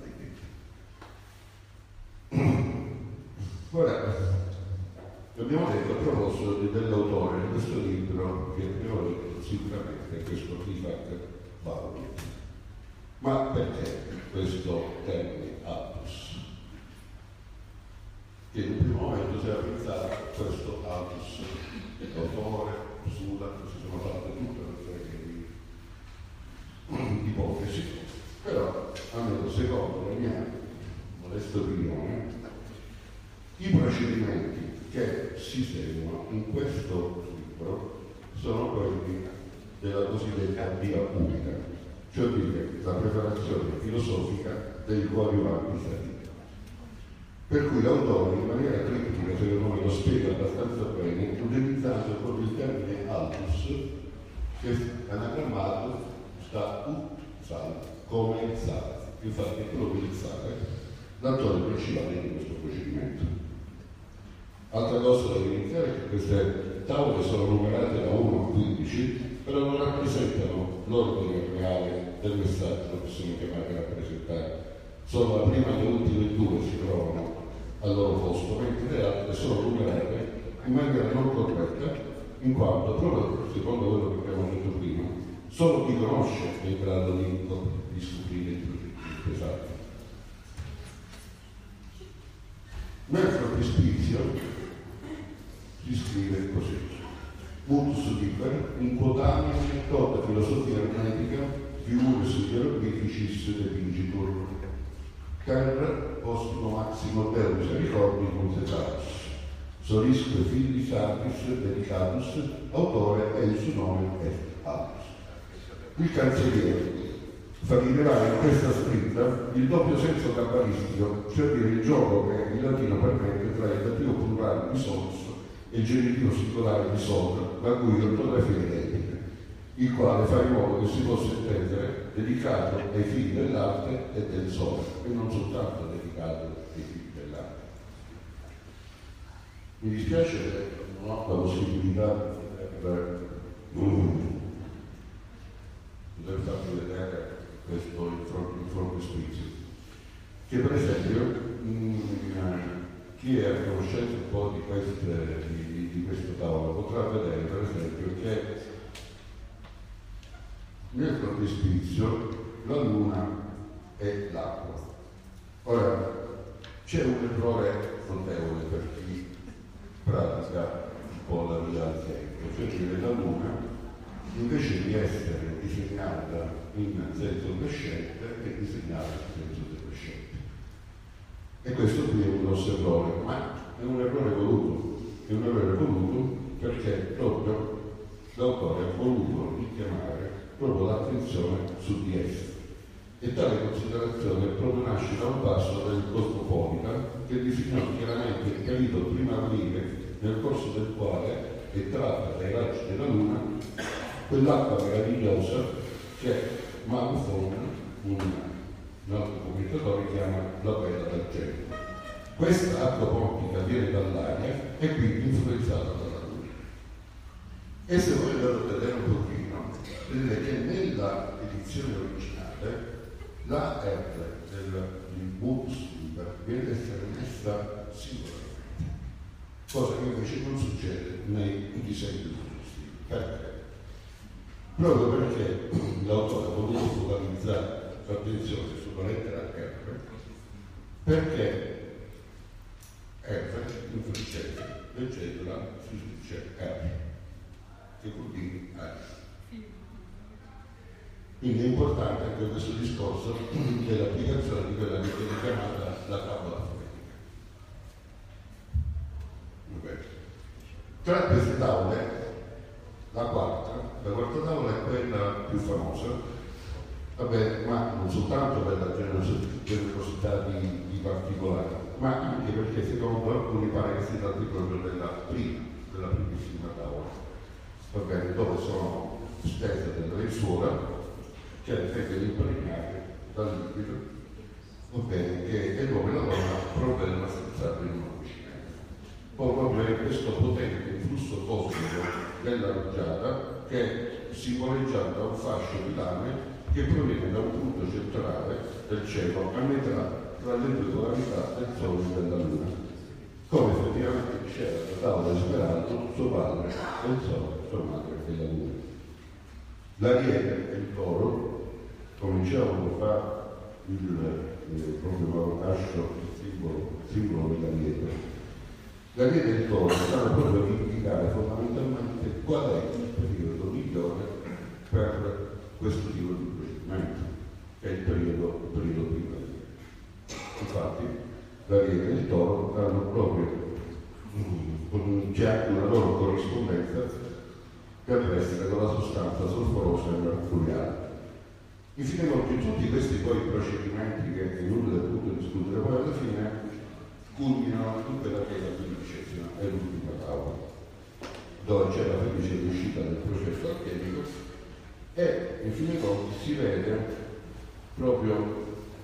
mai. Ora, abbiamo detto a proposito dell'autore di questo libro, che abbiamo detto sicuramente è questo Isaac Baroni. Ma perché questo termine Altus? Che in un primo momento si era pensato a questo Altus, l'autore, sulla, si sono fatte tutte le serie di ipotesi, però almeno secondo la mia modesta opinione, i procedimenti che si seguono in questo libro sono quelli della cosiddetta via unica, cioè dire la preparazione filosofica dei coadiuvanti statistici. Per cui l'autore in maniera criptica, secondo me, lo spiega abbastanza bene, utilizzando proprio il termine altus, che è anagrammato sta sal, come il sale. Infatti è proprio il sale l'attore principale di questo procedimento. Altra cosa da evidenziare è che queste tavole sono numerate da 1 a 15, però non rappresentano l'ordine reale del messaggio che sono chiamate a rappresentare. Solo la prima e le ultime due si trovano al loro posto, mentre le altre sono numerate in maniera non corretta, in quanto, proprio secondo quello che abbiamo detto prima, solo chi conosce è in grado di scoprire il procedimento esatto. Nel frontespizio si scrive così: Mutus liber, in quotanea tota filosofia ermetica, figures hieroglyphicis depigitur, ter postimo maximo deus ricordi consetatus, solisque fili satis dedicatus, autore e il suo nome est altus. Il cancelliere fa rilevare in questa scritta il doppio senso cabalistico, cioè dire il gioco che il latino permette tra il dativo plurale di solus e il genitivo singolare di sol, la cui ortografia è identica, il quale fa in modo che si possa intendere dedicato ai figli dell'arte e del sole, e non soltanto dedicato ai figli dell'arte. Mi dispiace che non ho la possibilità per poter farvi vedere questo frontespizio, che per esempio chi è a conoscenza un po' di questo tavolo potrà vedere per esempio che nel frontespizio la luna è l'acqua. Ora c'è un errore notevole per chi pratica un po' la vita al tempo, cioè dire la luna invece di essere disegnata in senso crescente è disegnata in senso decrescente. E questo qui è un grosso errore, ma è un errore voluto perché proprio l'autore ha voluto richiamare proprio l'attenzione su di esso. E tale considerazione proprio nasce da un passo del Cosmopolita che disegnò chiaramente il capitolo primaverile nel corso del quale è tratta dai raggi della Luna quell'acqua meravigliosa che Malfon, un altro commentatore, chiama la bella d'argento. Questa acqua pontica viene dall'aria e quindi influenzata dalla Luna. E se voi andate a vedere un pochino, vedete che nella edizione originale la R del bonus viene ad essere messa singolarmente, cosa che invece non succede nei disegni successivi. Perché? Proprio perché l'autore ha voluto focalizzare l'attenzione sulla lettera R, perché R in francese leggendola si dice R, che vuol dire aria. Quindi è importante anche questo discorso dell'applicazione di quella che viene chiamata la tavola fonetica. Tra queste tavole, la quarta tavola è quella più famosa, vabbè, ma non soltanto per la generosità di particolari, ma anche perché secondo alcuni pare che si tratti proprio della primissima tavola, va bene, dove sono stese delle lenzuola che vengono impregnate dal liquido, va bene, che è dove la donna provvede a scherzare in una cucina. Poi proprio è questo potente influsso cosmico della rugiada che è simboleggiato da un fascio di lame che proviene da un punto centrale del cielo a metà tra le due polarità del Sole e della Luna, come effettivamente diceva la tavola di Smeraldo, suo padre è il Sole, sua madre è la Luna. L'Ariete e il Toro, come dicevamo fa proprio Mauro Cascio, il simbolo dell'Ariete. L'Ariete e il Toro stanno proprio a indicare fondamentalmente qual è il periodo migliore per questo tipo di procedimento, che è il periodo primaverile. Infatti l'Ariete e il Toro hanno proprio c'è anche una loro corrispondenza terrestre con la sostanza solforosa e mercuriale. Infine, tutti questi poi procedimenti che è inutile appunto discutere, poi alla fine culminano in quella che è la 15ª e l'ultima tavola, dove c'è la felice riuscita del processo alchemico e in fin dei conti si vede proprio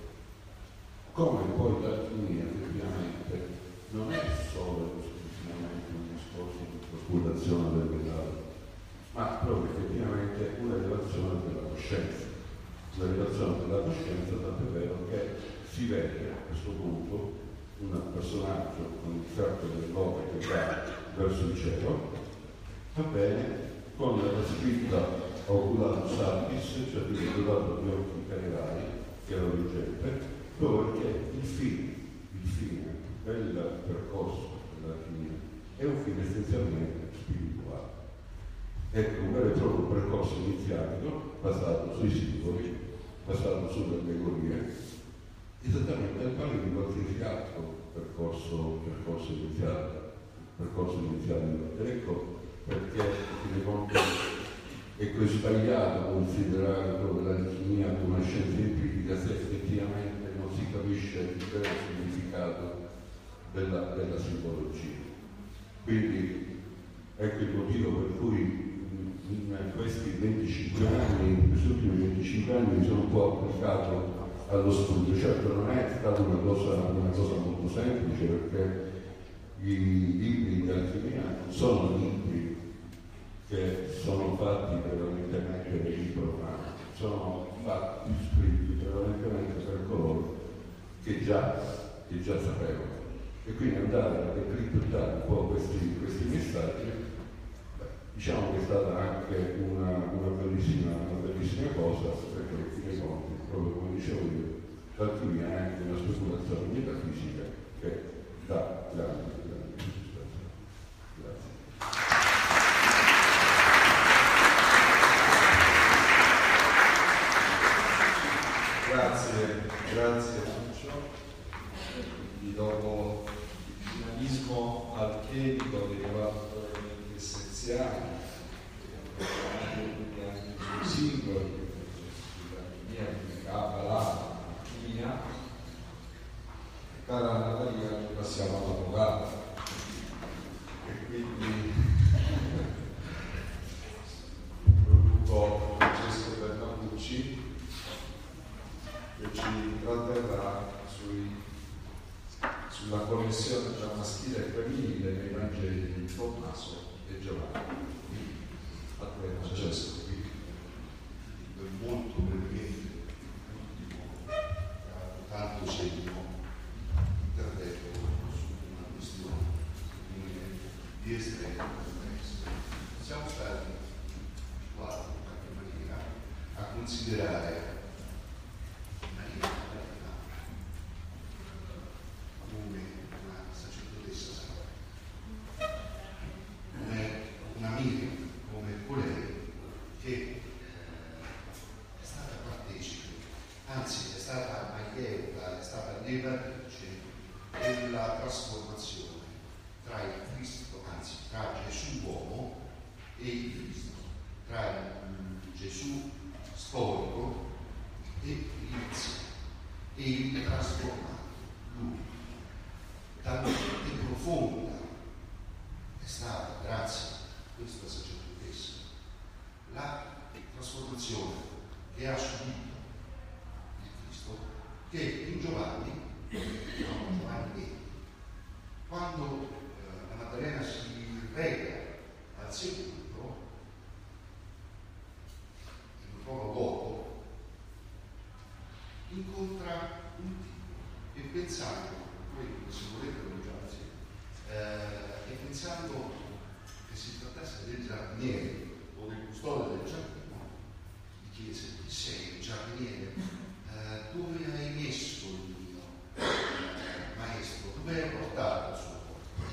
come poi l'alchimia effettivamente non è solo esclusivamente un discorso di trasmutazione del metallo, ma proprio effettivamente un'elevazione della coscienza. L'elevazione della coscienza, tanto è vero che si vede a questo punto un personaggio con il fiocco del nome che va verso il cielo, va bene, con la scritta oculatus albis, cioè dotato di occhi canerai, che è l'origente, proprio perché il fine del percorso dell'alchimia è un fine essenzialmente spirituale. Ecco, un vero e proprio percorso iniziatico basato sui simboli, basato sulle allegorie, esattamente al pari di qualsiasi altro percorso iniziale ed ecco perché in conto è così sbagliato considerare proprio l'alchimia come una scienza empirica se effettivamente non si capisce il vero significato della simbologia. Quindi ecco il motivo per cui in questi 25 anni, in questi ultimi 25 anni mi sono un po' applicato allo studio. Certo non è stata una cosa molto semplice, perché i libri di alchimia non sono libri che sono fatti prevalentemente per i profani, sono fatti scritti prevalentemente per coloro che già sapevano. E quindi andare a decriptare un po' questi messaggi, diciamo che è stata anche una bellissima cosa, perché in fin dei conti, proprio come dicevo io, l'alchimia è anche una speculazione metafisica che dà grandi soddisfazioni. Grazie. Grazie Lucio. Quindi dopo il finalismo alchemico derivato da elementi essenziali, anche sui singoli, sull'alchimia, quindi Kabbalah, alchimia, cara Anna Maria, noi passiamo all'avvocato. E quindi produco Francesco Bernabucci, che ci tratterrà sulla connessione tra maschile e femminile nei Vangeli di Tommaso e Giovanni. A te, Francesco. Molto brevemente, tanto segno intervento su una questione di estremo interesse. Siamo stati abituati in qualche maniera a considerare Maria come una sacerdotessa santa, come una Miriam, come colei che è stata partecipe, anzi è stata aiuta, è stata levatrice della trasformazione tra il Cristo, anzi tra Gesù uomo e il Cristo, tra il Gesù storico e l'inizio, e il trasformato, lui. Talmente profonda è stata, grazie a questa sacerdotessa, la trasformazione che ha subito il Cristo, che in Giovanni, quando la Maddalena si reca al sepolcro, e lo trova vuoto, incontra un tipo, e pensando, poi se volete lo leggiamo insieme, e pensando che si trattasse del giardiniere o del custode del giardino, gli chiese: chi sei il giardiniere? Dove hai messo il mio maestro? Dove hai portato il suo corpo?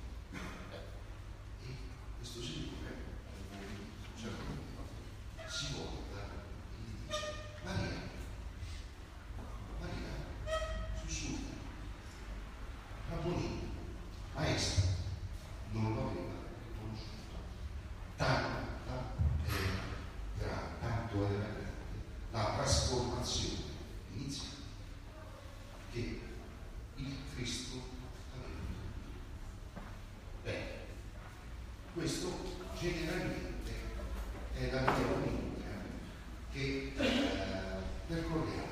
E questo signore, giardiniere, si volta e gli dice: Maria, sussurra, Rabboni, maestro, non lo aveva riconosciuto. Tanto era grande la trasformazione iniziale che il Cristo aveva. Bene, questo generalmente è la mia linea che percorriamo.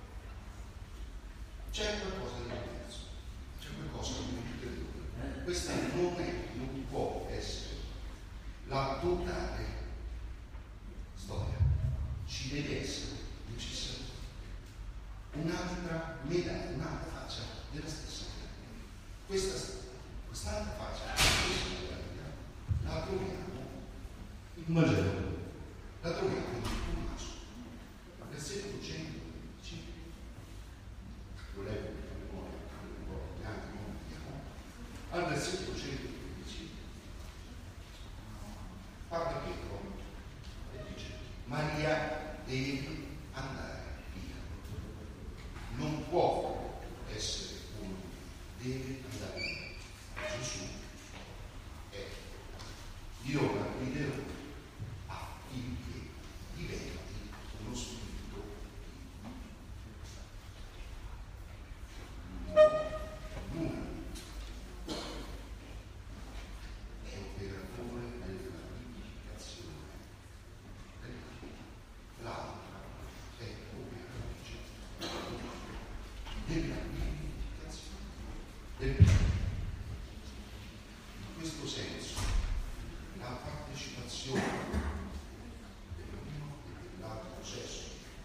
C'è qualcosa di diverso, c'è qualcosa di ulteriore. Questa non può essere la totale storia, ci deve essere necessariamente un'altra medaglia, un'altra faccia della stessa medaglia. Quest'altra faccia della stessa medaglia la troviamo in Vangelo, la troviamo in Tommaso, versetto 115. Lo leggo per memoria, neanche non vediamo. Al versetto 115 parla Pietro e dice: Maria deve andare via, non può essere uno, deve andare via. Gesù è di ora in Dio affinché diventi uno spirito l'uno è operatore della vivificazione, l'altra è operatrice della vivificazione del bene. In questo senso la partecipazione dell'uno e dell'altro sesso,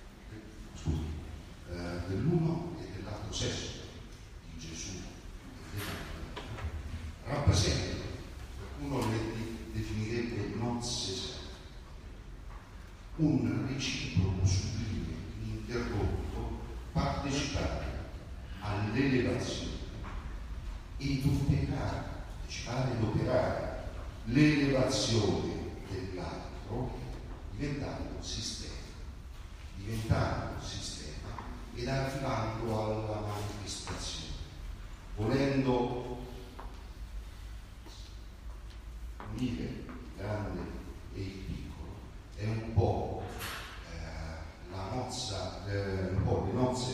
dell'uno e dell'altro sesso di Gesù e della rappresenta, qualcuno le definirebbe non sesà, un reciproco sublime ininterrotto partecipare all'elevazione ed operare, partecipare ed operare l'elevazione dell'altro diventando sistema ed arrivando alla manifestazione, volendo unire il grande e il piccolo. È un po' la nozza, un po'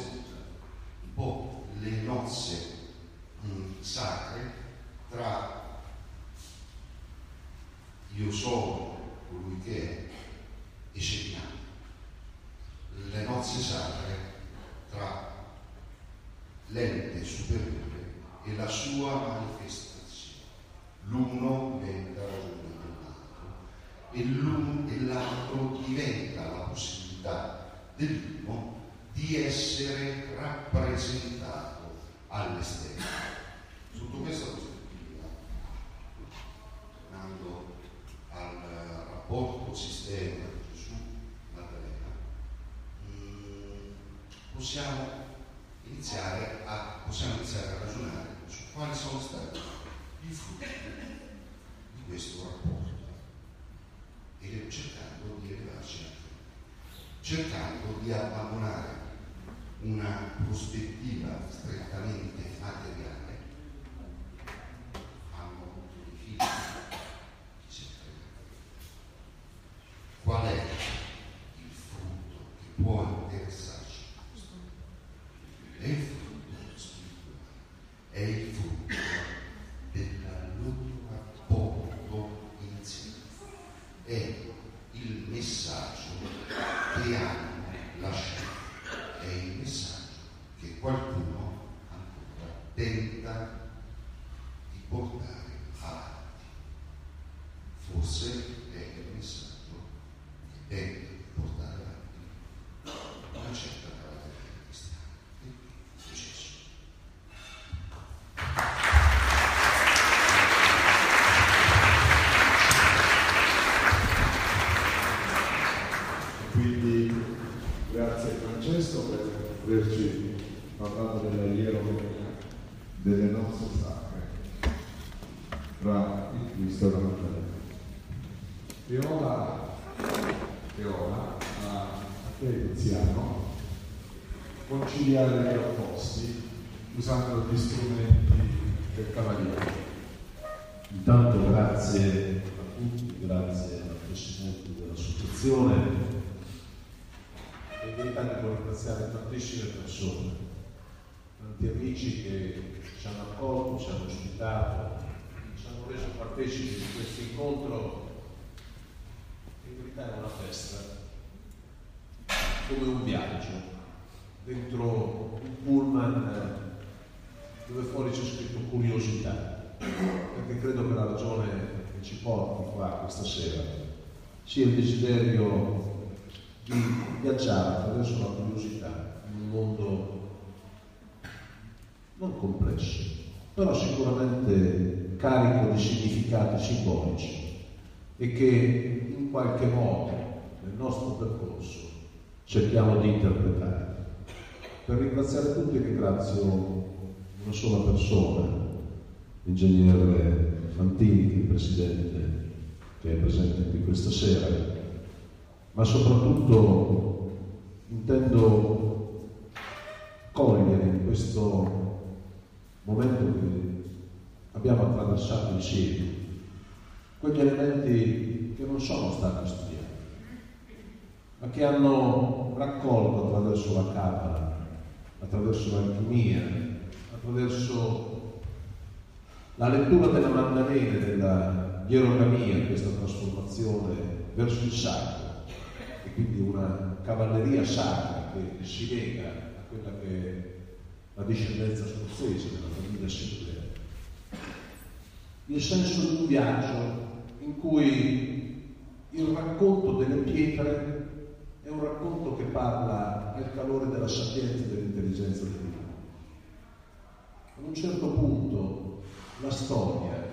le nozze sacre tra io sono colui che è e Scepiano, le nozze sacre tra l'ente superiore e la sua manifestazione. L'uno diventa ragione dell'altro e l'altro diventa la possibilità dell'uno di essere rappresentato all'esterno. Sotto questa prospettiva, tornando al rapporto sistema Gesù-Maddalena, possiamo iniziare a ragionare su quali sono stati i frutti di questo rapporto e cercando di elevarci anche, cercando di abbandonare una prospettiva strettamente materiale. Hanno avuto dei figli, chi se ne frega. Qual è il frutto che può interessarci? È il frutto spirituale, è il frutto del loro rapporto insieme, è il messaggio che hanno lasciato, è il messaggio che qualcuno ancora tenta di portare avanti. Forse è il messaggio che tenta di portare avanti una certa caratteristica cristiana. E Gesù. Quindi grazie Francesco per averci parlato dell'allievo delle nozze sacre tra il Cristo e la Maddalena. E ora a te Tiziano conciliare gli opposti usando gli strumenti del cavaliere. Intanto grazie a tutti, grazie al Presidente dell'Associazione. In verità devo ringraziare tantissime persone, tanti amici che ci hanno accolto, ci hanno ospitato, ci hanno reso partecipi di questo incontro. In verità è una festa, come un viaggio dentro un pullman dove fuori c'è scritto curiosità, perché credo che la ragione che ci porti qua questa sera sia il desiderio di viaggiare attraverso la curiosità in un mondo non complesso, però sicuramente carico di significati simbolici e che in qualche modo nel nostro percorso cerchiamo di interpretare. Per ringraziare tutti ringrazio una sola persona, l'ingegnere Fantini, che è il Presidente, che è presente qui questa sera, ma soprattutto intendo cogliere in questo momento che abbiamo attraversato insieme quegli elementi che non sono stati studiati, ma che hanno raccolto attraverso la Cabala, attraverso l'alchimia, attraverso la lettura della Maddalena e della ierogamia, questa trasformazione verso il sacro, e quindi una cavalleria sacra che si lega a quella che è la discendenza scozzese della famiglia Sinclair. Il senso di un viaggio in cui il racconto delle pietre è un racconto che parla al calore della sapienza e dell'intelligenza dell'uomo. Ad un certo punto la storia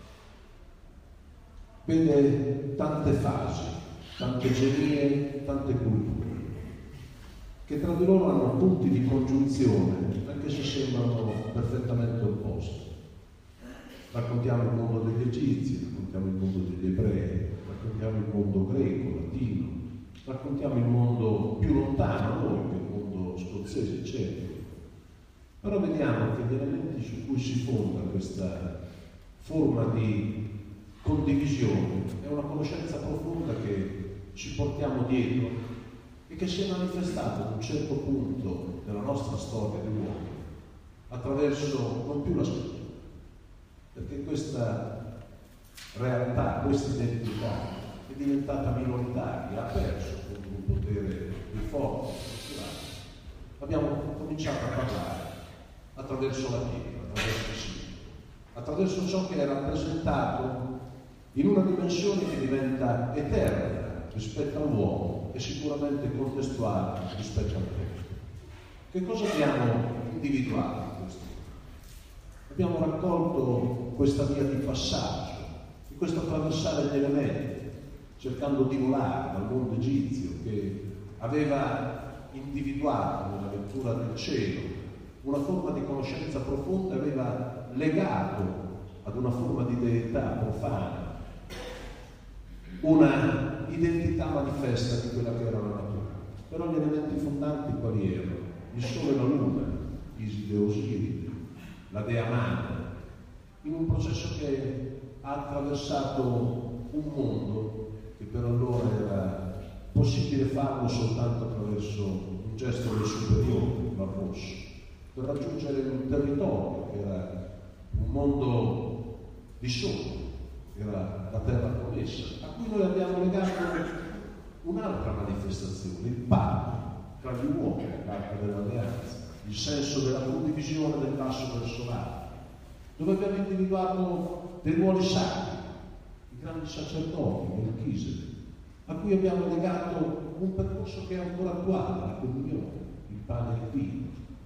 vede tante fasi, tante genie, tante culture, che tra di loro hanno punti di congiunzione, anche se sembrano perfettamente opposti. Raccontiamo il mondo degli egizi, raccontiamo il mondo degli ebrei, raccontiamo il mondo greco, latino, raccontiamo il mondo più lontano a noi, che è il mondo scozzese, eccetera. Però vediamo che gli elementi su cui si fonda questa forma di condivisione è una conoscenza profonda che ci portiamo dietro e che si è manifestata ad un certo punto della nostra storia di uomo attraverso non più la scrittura, perché questa realtà, questa identità è diventata minoritaria, ha perso un potere più forte. Abbiamo cominciato a parlare attraverso la Bibbia, attraverso il Signore, attraverso ciò che è rappresentato in una dimensione che diventa eterna rispetto all'uomo e sicuramente contestuale rispetto al tempo. Che cosa abbiamo individuato in questo? Abbiamo raccolto questa via di passaggio, di questo attraversare gli elementi, cercando di volare dal mondo egizio che aveva individuato nella lettura del cielo una forma di conoscenza profonda, aveva legato ad una forma di deità profana una identità manifesta di quella che era la natura. Però gli elementi fondanti quali erano? Il sole e la luna, Iside e Osiride, la dea Mana, in un processo che ha attraversato un mondo che per allora era possibile farlo soltanto attraverso un gesto del superiore, il Mar Rosso, per raggiungere un territorio che era un mondo di sole, era la terra promessa, a cui noi abbiamo legato un'altra manifestazione, il patto tra gli uomini, la carta dell'alleanza, il senso della condivisione del passo verso l'alto, dove abbiamo individuato dei ruoli sacri, i grandi sacerdoti, Melchise, a cui abbiamo legato un percorso che è ancora attuale, la comunione, il pane e il vino.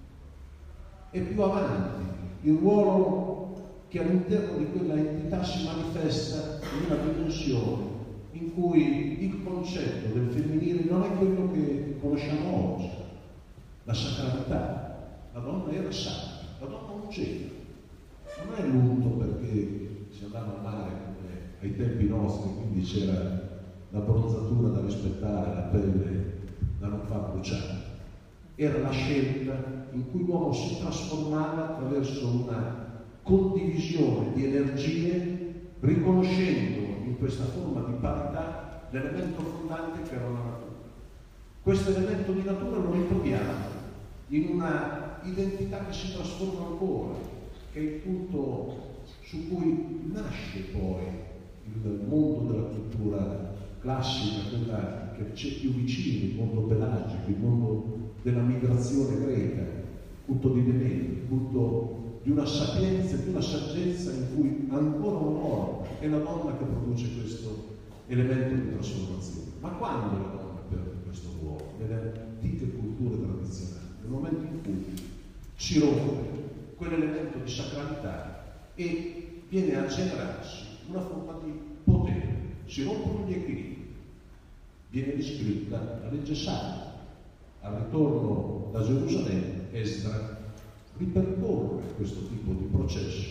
E più avanti il ruolo che all'interno di quella entità si manifesta in una dimensione in cui il concetto del femminile non è quello che conosciamo oggi, la sacralità. La donna era sacra, la donna ungeva. Non è l'unto perché si andava al mare come ai tempi nostri, quindi c'era la bronzatura da rispettare, la pelle da non far bruciare. Era la scelta in cui l'uomo si trasformava attraverso una condivisione di energie, riconoscendo in questa forma di parità l'elemento fondante che era la natura. Questo elemento di natura lo ritroviamo in una identità che si trasforma ancora, che è il punto su cui nasce poi il mondo della cultura classica, quella che c'è più vicino, il mondo pelagico, il mondo della migrazione greca, il culto di Demeter, il culto di una sapienza, di una saggezza in cui ancora una volta è la donna che produce questo elemento di trasformazione. Ma quando la donna perde questo ruolo? Nelle antiche culture tradizionali, nel momento in cui si rompe quell'elemento di sacralità e viene a generarsi una forma di potere, si rompono gli equilibri, viene riscritta la legge sacra. Al ritorno da Gerusalemme, Esdra ripercorre questo tipo di processo,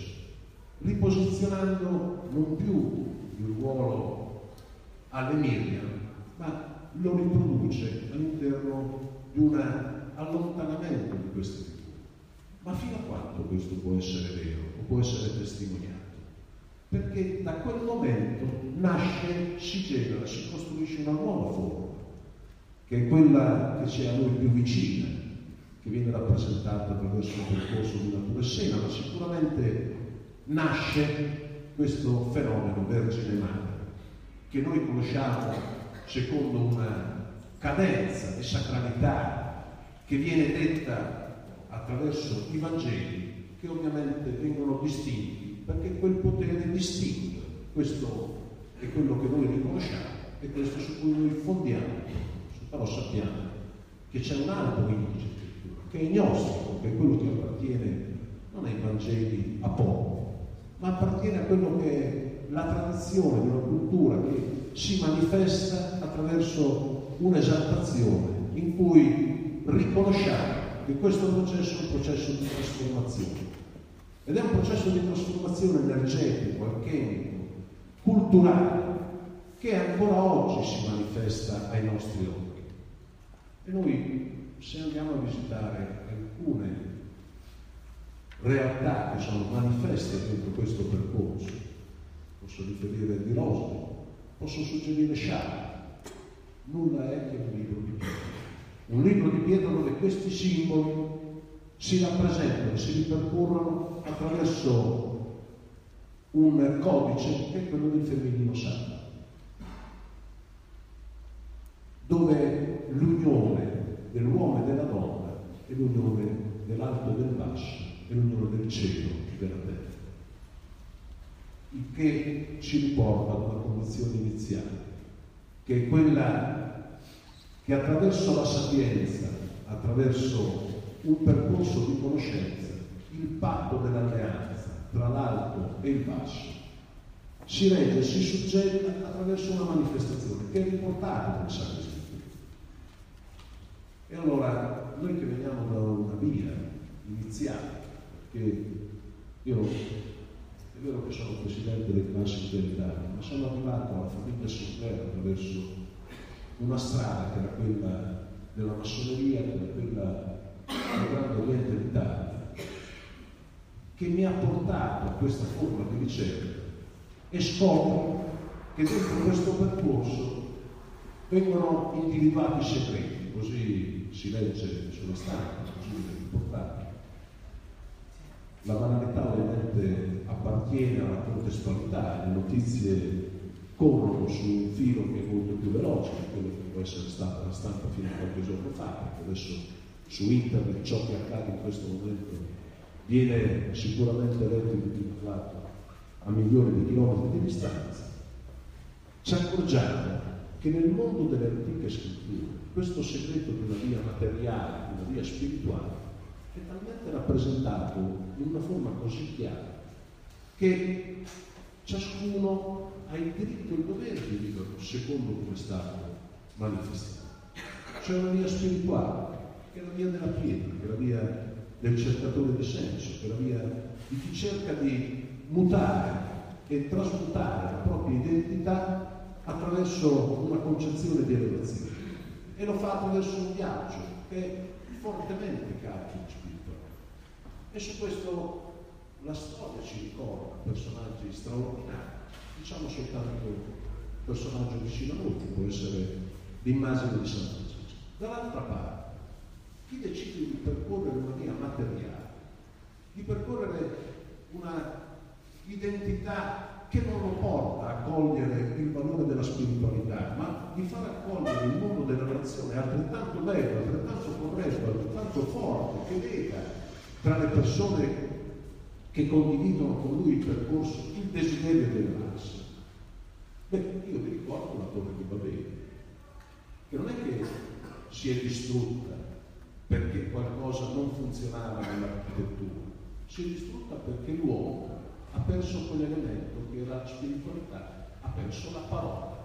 riposizionando non più il ruolo alle Miriam, ma lo riproduce all'interno di un allontanamento di queste figure. Ma fino a quando questo può essere vero o può essere testimoniato? Perché da quel momento nasce, si genera, si costruisce una nuova forma, che è quella che ci è a noi più vicina, che viene rappresentata attraverso un percorso di natura e sena, ma sicuramente nasce questo fenomeno Vergine Madre, che noi conosciamo secondo una cadenza di sacralità che viene detta attraverso i Vangeli, che ovviamente vengono distinti, perché quel potere distingue. Questo è quello che noi riconosciamo e questo su cui noi fondiamo. Però sappiamo che c'è un altro indice che è gnostico, che è quello che appartiene non ai Vangeli a poco, ma appartiene a quello che è la tradizione di una cultura che si manifesta attraverso un'esaltazione in cui riconosciamo che questo processo è un processo di trasformazione. Ed è un processo di trasformazione energetico, alchemico, culturale, che ancora oggi si manifesta ai nostri occhi. E noi se andiamo a visitare alcune realtà che sono manifeste dentro questo percorso, posso riferire di Rosoli, posso suggerire Sciarra, nulla è che un libro di pietra. Un libro di pietra dove questi simboli si rappresentano, si ripercorrono attraverso un codice che è quello del femminile sacro, dove l'unione dell'uomo e della donna è l'unione dell'alto e del basso, è l'unione del cielo e della terra, il che ci riporta ad una condizione iniziale, che è quella che attraverso la sapienza, attraverso un percorso di conoscenza, il patto dell'alleanza tra l'alto e il basso, si regge, si suggella attraverso una manifestazione che è riportata nel Sacro Scrittura. E allora, noi che veniamo da una via iniziale, perché io è vero che sono presidente del Classico dell'Italia, ma sono arrivato alla famiglia Sinclair attraverso una strada che era quella della massoneria, che era quella del Grande Oriente d'Italia, che mi ha portato a questa forma di ricerca, e scopro che dentro questo percorso vengono individuati i segreti, così si legge sulla stampa, così è importante. La banalità ovviamente appartiene alla contestualità, le notizie corrono su un filo che è molto più veloce di quello che può essere stata la stampa fino a qualche giorno fa, perché adesso su internet ciò che accade in questo momento viene sicuramente letto e riportato a milioni di chilometri di distanza. Ci accorgiamo che nel mondo delle antiche scritture questo segreto di una via materiale, di una via spirituale, è talmente rappresentato in una forma così chiara che ciascuno ha il diritto e il dovere di viverlo secondo come è stato manifestato. C'è una via spirituale, che è la via della pietra, che è la via del cercatore di senso, che è la via di chi cerca di mutare e trasmutare la propria identità attraverso una concezione di elevazione. E lo fa attraverso un viaggio che è fortemente carico di spiritualità. E su questo la storia ci ricorda personaggi straordinari, diciamo soltanto un personaggio vicino a noi, che può essere l'immagine di San Francesco. Dall'altra parte, chi decide di percorrere una via materiale, di percorrere una identità che non lo porta a cogliere il valore della spiritualità, ma di far accogliere il mondo della relazione altrettanto bello, altrettanto corretto, altrettanto forte, che lega tra le persone che condividono con lui il percorso, il desiderio di elevarsi. Beh, io vi ricordo la Torre di Babele, che non è che si è distrutta perché qualcosa non funzionava nell'architettura, si è distrutta perché l'uomo ha perso quell'elemento che era la spiritualità, ha perso la parola.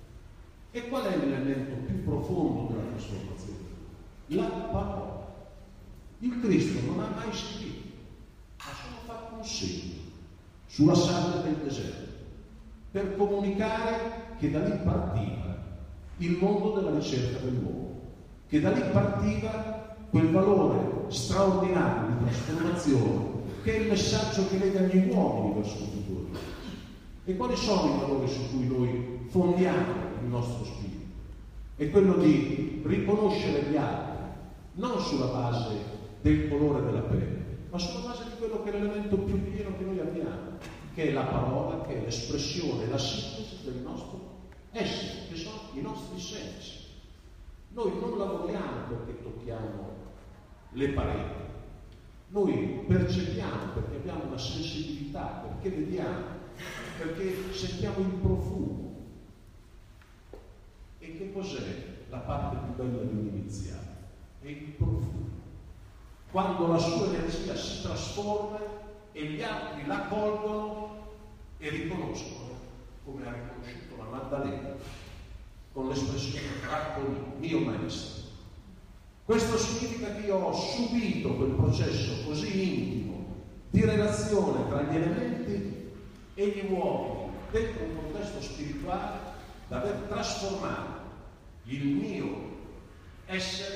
E qual è l'elemento più profondo della trasformazione? La parola. Il Cristo non ha mai scritto, ha solo fatto un segno sulla sabbia del deserto per comunicare che da lì partiva il mondo della ricerca dell'uomo, che da lì partiva quel valore straordinario di trasformazione che è il messaggio che lega gli uomini verso un futuro. E quali sono i valori su cui noi fondiamo il nostro spirito? È quello di riconoscere gli altri, non sulla base del colore della pelle, ma sulla base di quello che è l'elemento più pieno che noi abbiamo, che è la parola, che è l'espressione, la sintesi del nostro essere, che sono i nostri sensi. Noi non lavoriamo perché tocchiamo le pareti, noi percepiamo perché abbiamo una sensibilità, perché vediamo, perché sentiamo il profumo. E che cos'è la parte più bella di un iniziale? È il profumo. Quando la sua energia si trasforma e gli altri la colgono e riconoscono, come ha riconosciuto la Maddalena, con l'espressione raccogli, mio maestro. Questo significa che io ho subito quel processo così intimo di relazione tra gli elementi e gli uomini dentro un contesto spirituale da aver trasformato il mio essere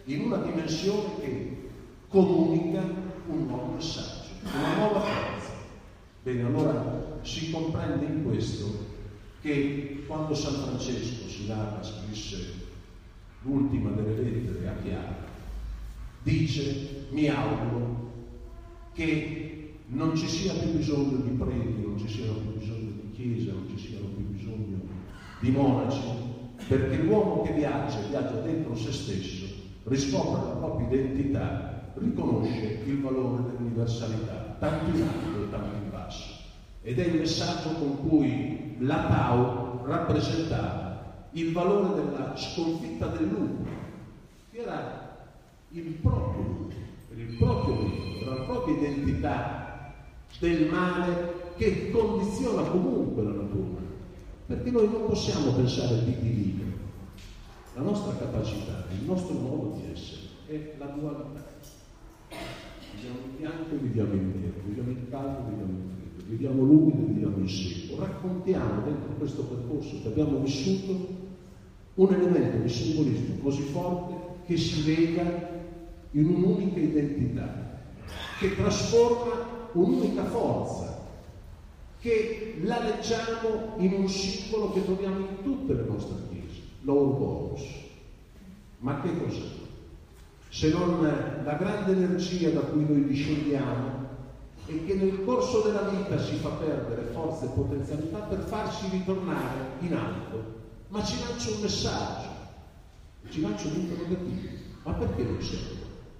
in una dimensione che comunica un nuovo messaggio, una nuova forza. Bene, allora si comprende in questo che quando San Francesco Siracca scrisse l'ultima delle lettere a Chiara, dice: mi auguro che non ci sia più bisogno di preti, non ci siano più bisogno di chiese, non ci siano più bisogno di monaci, perché l'uomo che viaggia dentro se stesso, riscopre la propria identità, riconosce il valore dell'universalità, tanto in alto e tanto in basso. Ed è il messaggio con cui la Tao rappresentava il valore della sconfitta dell'uno, che era il proprio luogo, la propria identità del male che condiziona comunque la natura, perché noi non possiamo pensare di divino. La nostra capacità, il nostro modo di essere è la dualità. Viviamo in bianco e viviamo in nero, viviamo in caldo e viviamo in freddo, viviamo l'umido e viviamo il secco. Raccontiamo dentro questo percorso che abbiamo vissuto un elemento di simbolismo così forte che si lega in un'unica identità, che trasforma un'unica forza, che la leggiamo in un simbolo che troviamo in tutte le nostre chiese, l'Ouroboros. Ma che cos'è? Se non la grande energia da cui noi discendiamo e che nel corso della vita ci fa perdere forze e potenzialità per farci ritornare in alto. Ma ci lancia un messaggio, ci lancia un interrogativo: ma perché non siamo?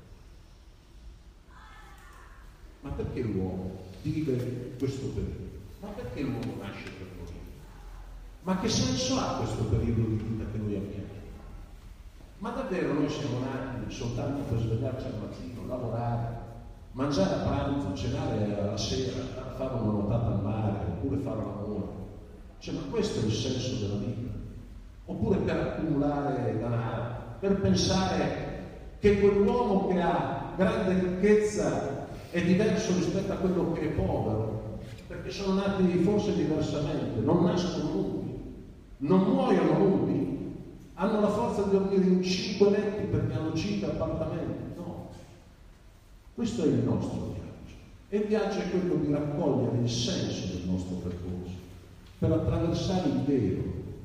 Ma perché l'uomo vive questo periodo? Ma perché l'uomo nasce per morire? Ma che senso ha questo periodo di vita che noi abbiamo? Ma davvero noi siamo nati soltanto per svegliarci al mattino, lavorare, mangiare a pranzo, cenare alla sera, fare una nuotata al mare, oppure fare l'amore? Cioè, ma questo è il senso della vita? Oppure per accumulare denaro, per pensare che quell'uomo che ha grande ricchezza è diverso rispetto a quello che è povero, perché sono nati forse diversamente, non nascono nudi, non muoiono nudi, hanno la forza di dormire in 5 letti perché hanno 5 appartamenti. No, questo è il nostro viaggio, e il viaggio è quello di raccogliere il senso del nostro percorso per attraversare il vero,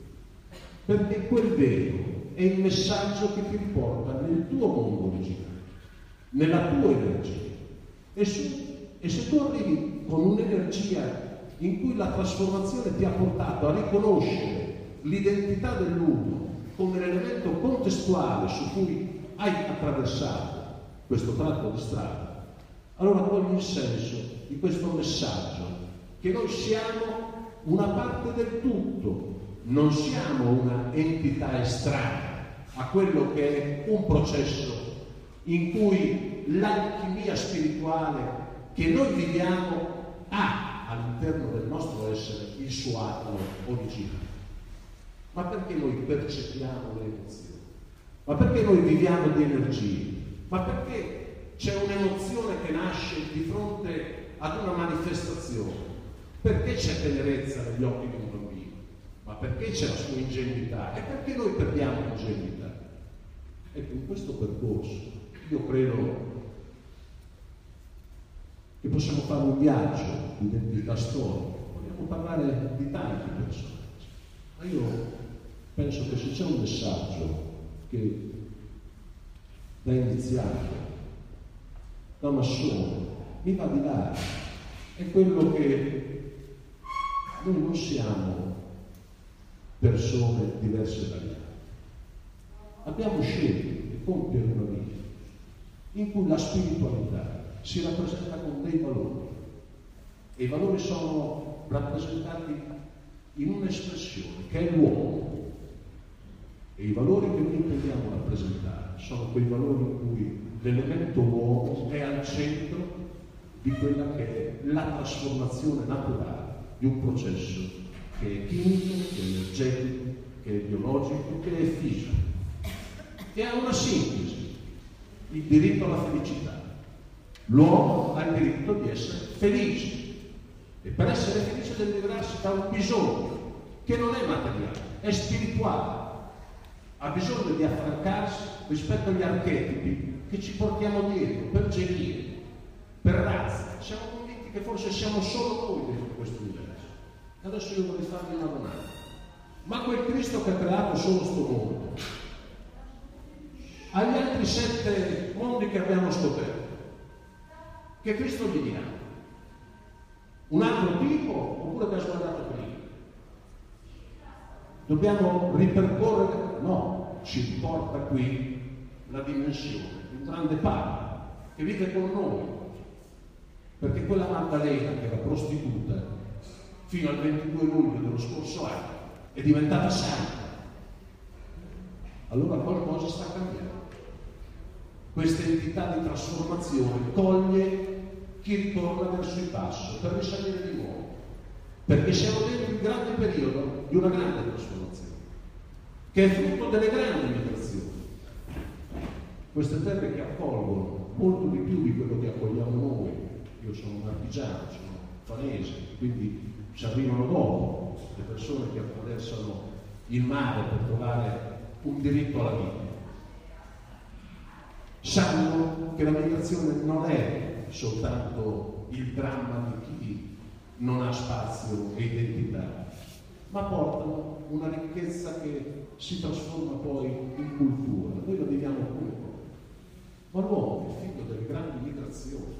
perché quel vero è il messaggio che ti riporta nel tuo mondo originale, nella tua energia. E se tu arrivi con un'energia in cui la trasformazione ti ha portato a riconoscere l'identità dell'uno come l'elemento contestuale su cui hai attraversato questo tratto di strada, allora cogli il senso di questo messaggio, che noi siamo una parte del tutto, non siamo una entità estranea a quello che è un processo in cui l'alchimia spirituale che noi viviamo ha all'interno del nostro essere il suo atomo originale. Ma perché noi percepiamo le emozioni? Ma perché noi viviamo di energie? Ma perché c'è un'emozione che nasce di fronte ad una manifestazione? Perché c'è tenerezza negli occhi di un bambino? Ma perché c'è la sua ingenuità? E perché noi perdiamo l'ingenuità? Ecco, in questo percorso io credo che possiamo fare un viaggio di identità storica, vogliamo parlare di tanti personaggi, ma io penso che se c'è un messaggio che da iniziato, da massone, mi va di là, è quello che noi non siamo persone diverse dagli altri. Abbiamo scelto di compiere una vita in cui la spiritualità si rappresenta con dei valori, e i valori sono rappresentati in un'espressione che è l'uomo, e i valori che noi intendiamo rappresentare sono quei valori in cui l'elemento uomo è al centro di quella che è la trasformazione naturale di un processo che è chimico, che è energetico, che è biologico, che è fisico, e ha una sintesi: il diritto alla felicità. L'uomo ha il diritto di essere felice, e per essere felice deve liberarsi da un bisogno che non è materiale, è spirituale. ha bisogno di affrancarsi rispetto agli archetipi che ci portiamo dietro per genie, per razza. Siamo convinti che forse siamo solo noi dentro questo universo. Adesso io vorrei farvi una domanda. Ma quel Cristo che ha creato solo sto mondo, agli altri 7 mondi che abbiamo scoperto, che Cristo gli diamo? Un altro tipo oppure che ha sguardato prima? Dobbiamo ripercorrere? No, ci porta qui la dimensione, un grande padre che vive con noi, perché quella Maddalena che era prostituta fino al 22 luglio dello scorso anno è diventata santa. Allora qualcosa sta cambiando. Questa entità di trasformazione coglie chi ritorna verso il basso per risalire di nuovo, perché siamo dentro il grande periodo di una grande trasformazione che è frutto delle grandi migrazioni. Queste terre che accolgono molto di più di quello che accogliamo noi. Io sono un artigiano, sono fanese, quindi ci arrivano dopo le persone che attraversano il mare per trovare un diritto alla vita. Sanno che la migrazione non è soltanto il dramma di chi non ha spazio e identità, ma portano una ricchezza che si trasforma poi in cultura. Noi la viviamo pure. Ma l'uomo è figlio delle grandi migrazioni.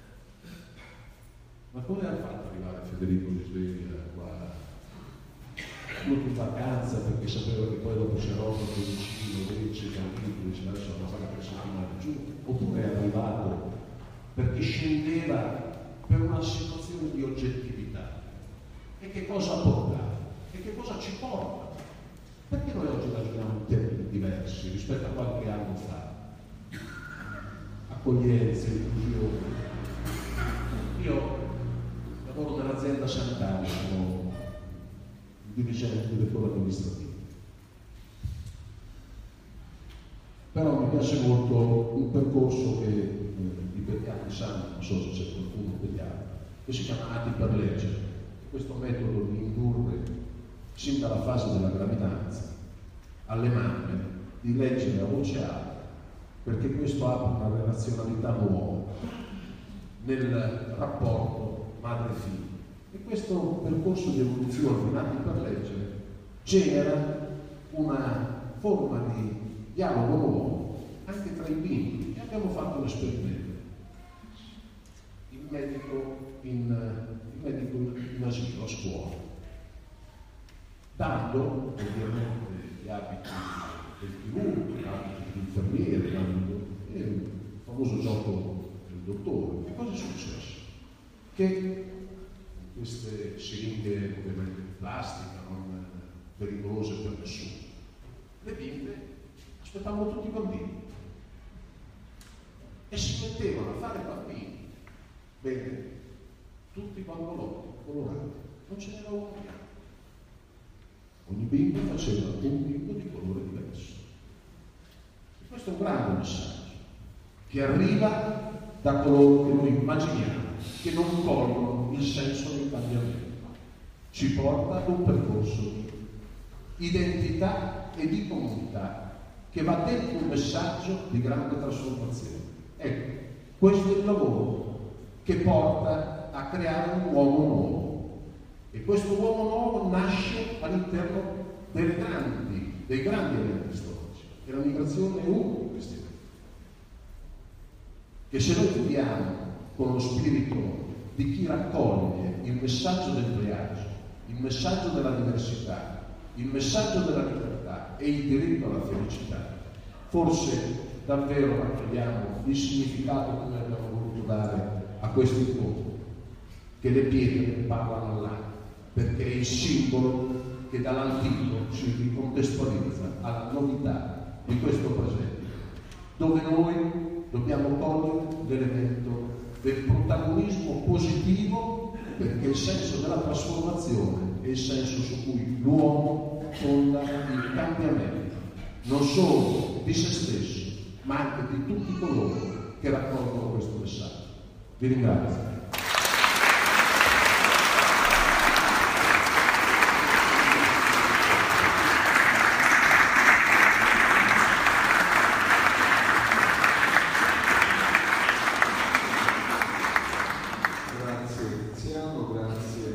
Ma come ha fatto arrivare Federico Risveglia qua? Venuto in vacanza perché sapeva che poi dopo c'era Roma, vicino, Lecce, Campino, dice adesso una fare per settimana giù, oppure è arrivato perché scendeva per una situazione di oggettività. E che cosa ha portato? E che cosa ci porta? Perché noi oggi ragioniamo in termini diversi rispetto a qualche anno fa? Accoglienza, inclusione. Io lavoro nell'azienda sanitaria, sono dirigente, direttore amministrativo. Però mi piace molto un percorso che i pediatri sanno, non so se c'è qualcuno pediatra, che si chiama Nati per leggere. Questo metodo di indurre sin dalla fase della gravidanza alle mamme di leggere a voce alta, perché questo apre una relazionalità nuova nel rapporto madre-figlio. E questo percorso di evoluzione Nati per leggere genera una forma di dialogo nuovo anche tra i bimbi. E abbiamo fatto un esperimento. Il medico in asilo, a scuola, dando ovviamente gli abiti del chirurgo, gli abiti dell'infermiere, il famoso gioco del dottore. Che cosa è successo? Che queste siringhe ovviamente di plastica, non pericolose per nessuno, le bimbe aspettavano tutti i bambini e si mettevano a fare bambini. Bene, tutti pannoloni colorati, non ce n'era uno bianco. Ogni bimbo faceva un bimbo di colore diverso. E questo è un grande messaggio che arriva da coloro che noi immaginiamo, che non cogliano il senso del cambiamento. Ci porta ad un percorso di identità e di comunità che va dentro un messaggio di grande trasformazione. Ecco, questo è il lavoro che porta a creare un uomo nuovo. E questo uomo nuovo nasce all'interno dei grandi eventi storici. E la migrazione è uno di questi eventi. Che se noi viviamo con lo spirito di chi raccoglie il messaggio del pleaggio, il messaggio della diversità, il messaggio della libertà e il diritto alla felicità, forse davvero raccogliamo il significato che noi abbiamo voluto dare a questo incontro, che le pietre parlano all'anima, perché è il simbolo che dall'antico ci ricontestualizza alla novità di questo presente, dove noi dobbiamo cogliere l'elemento del protagonismo positivo, perché il senso della trasformazione è il senso su cui l'uomo fonda il cambiamento, non solo di se stesso, ma anche di tutti coloro che raccolgono questo messaggio. Vi ringrazio. Tiziano, grazie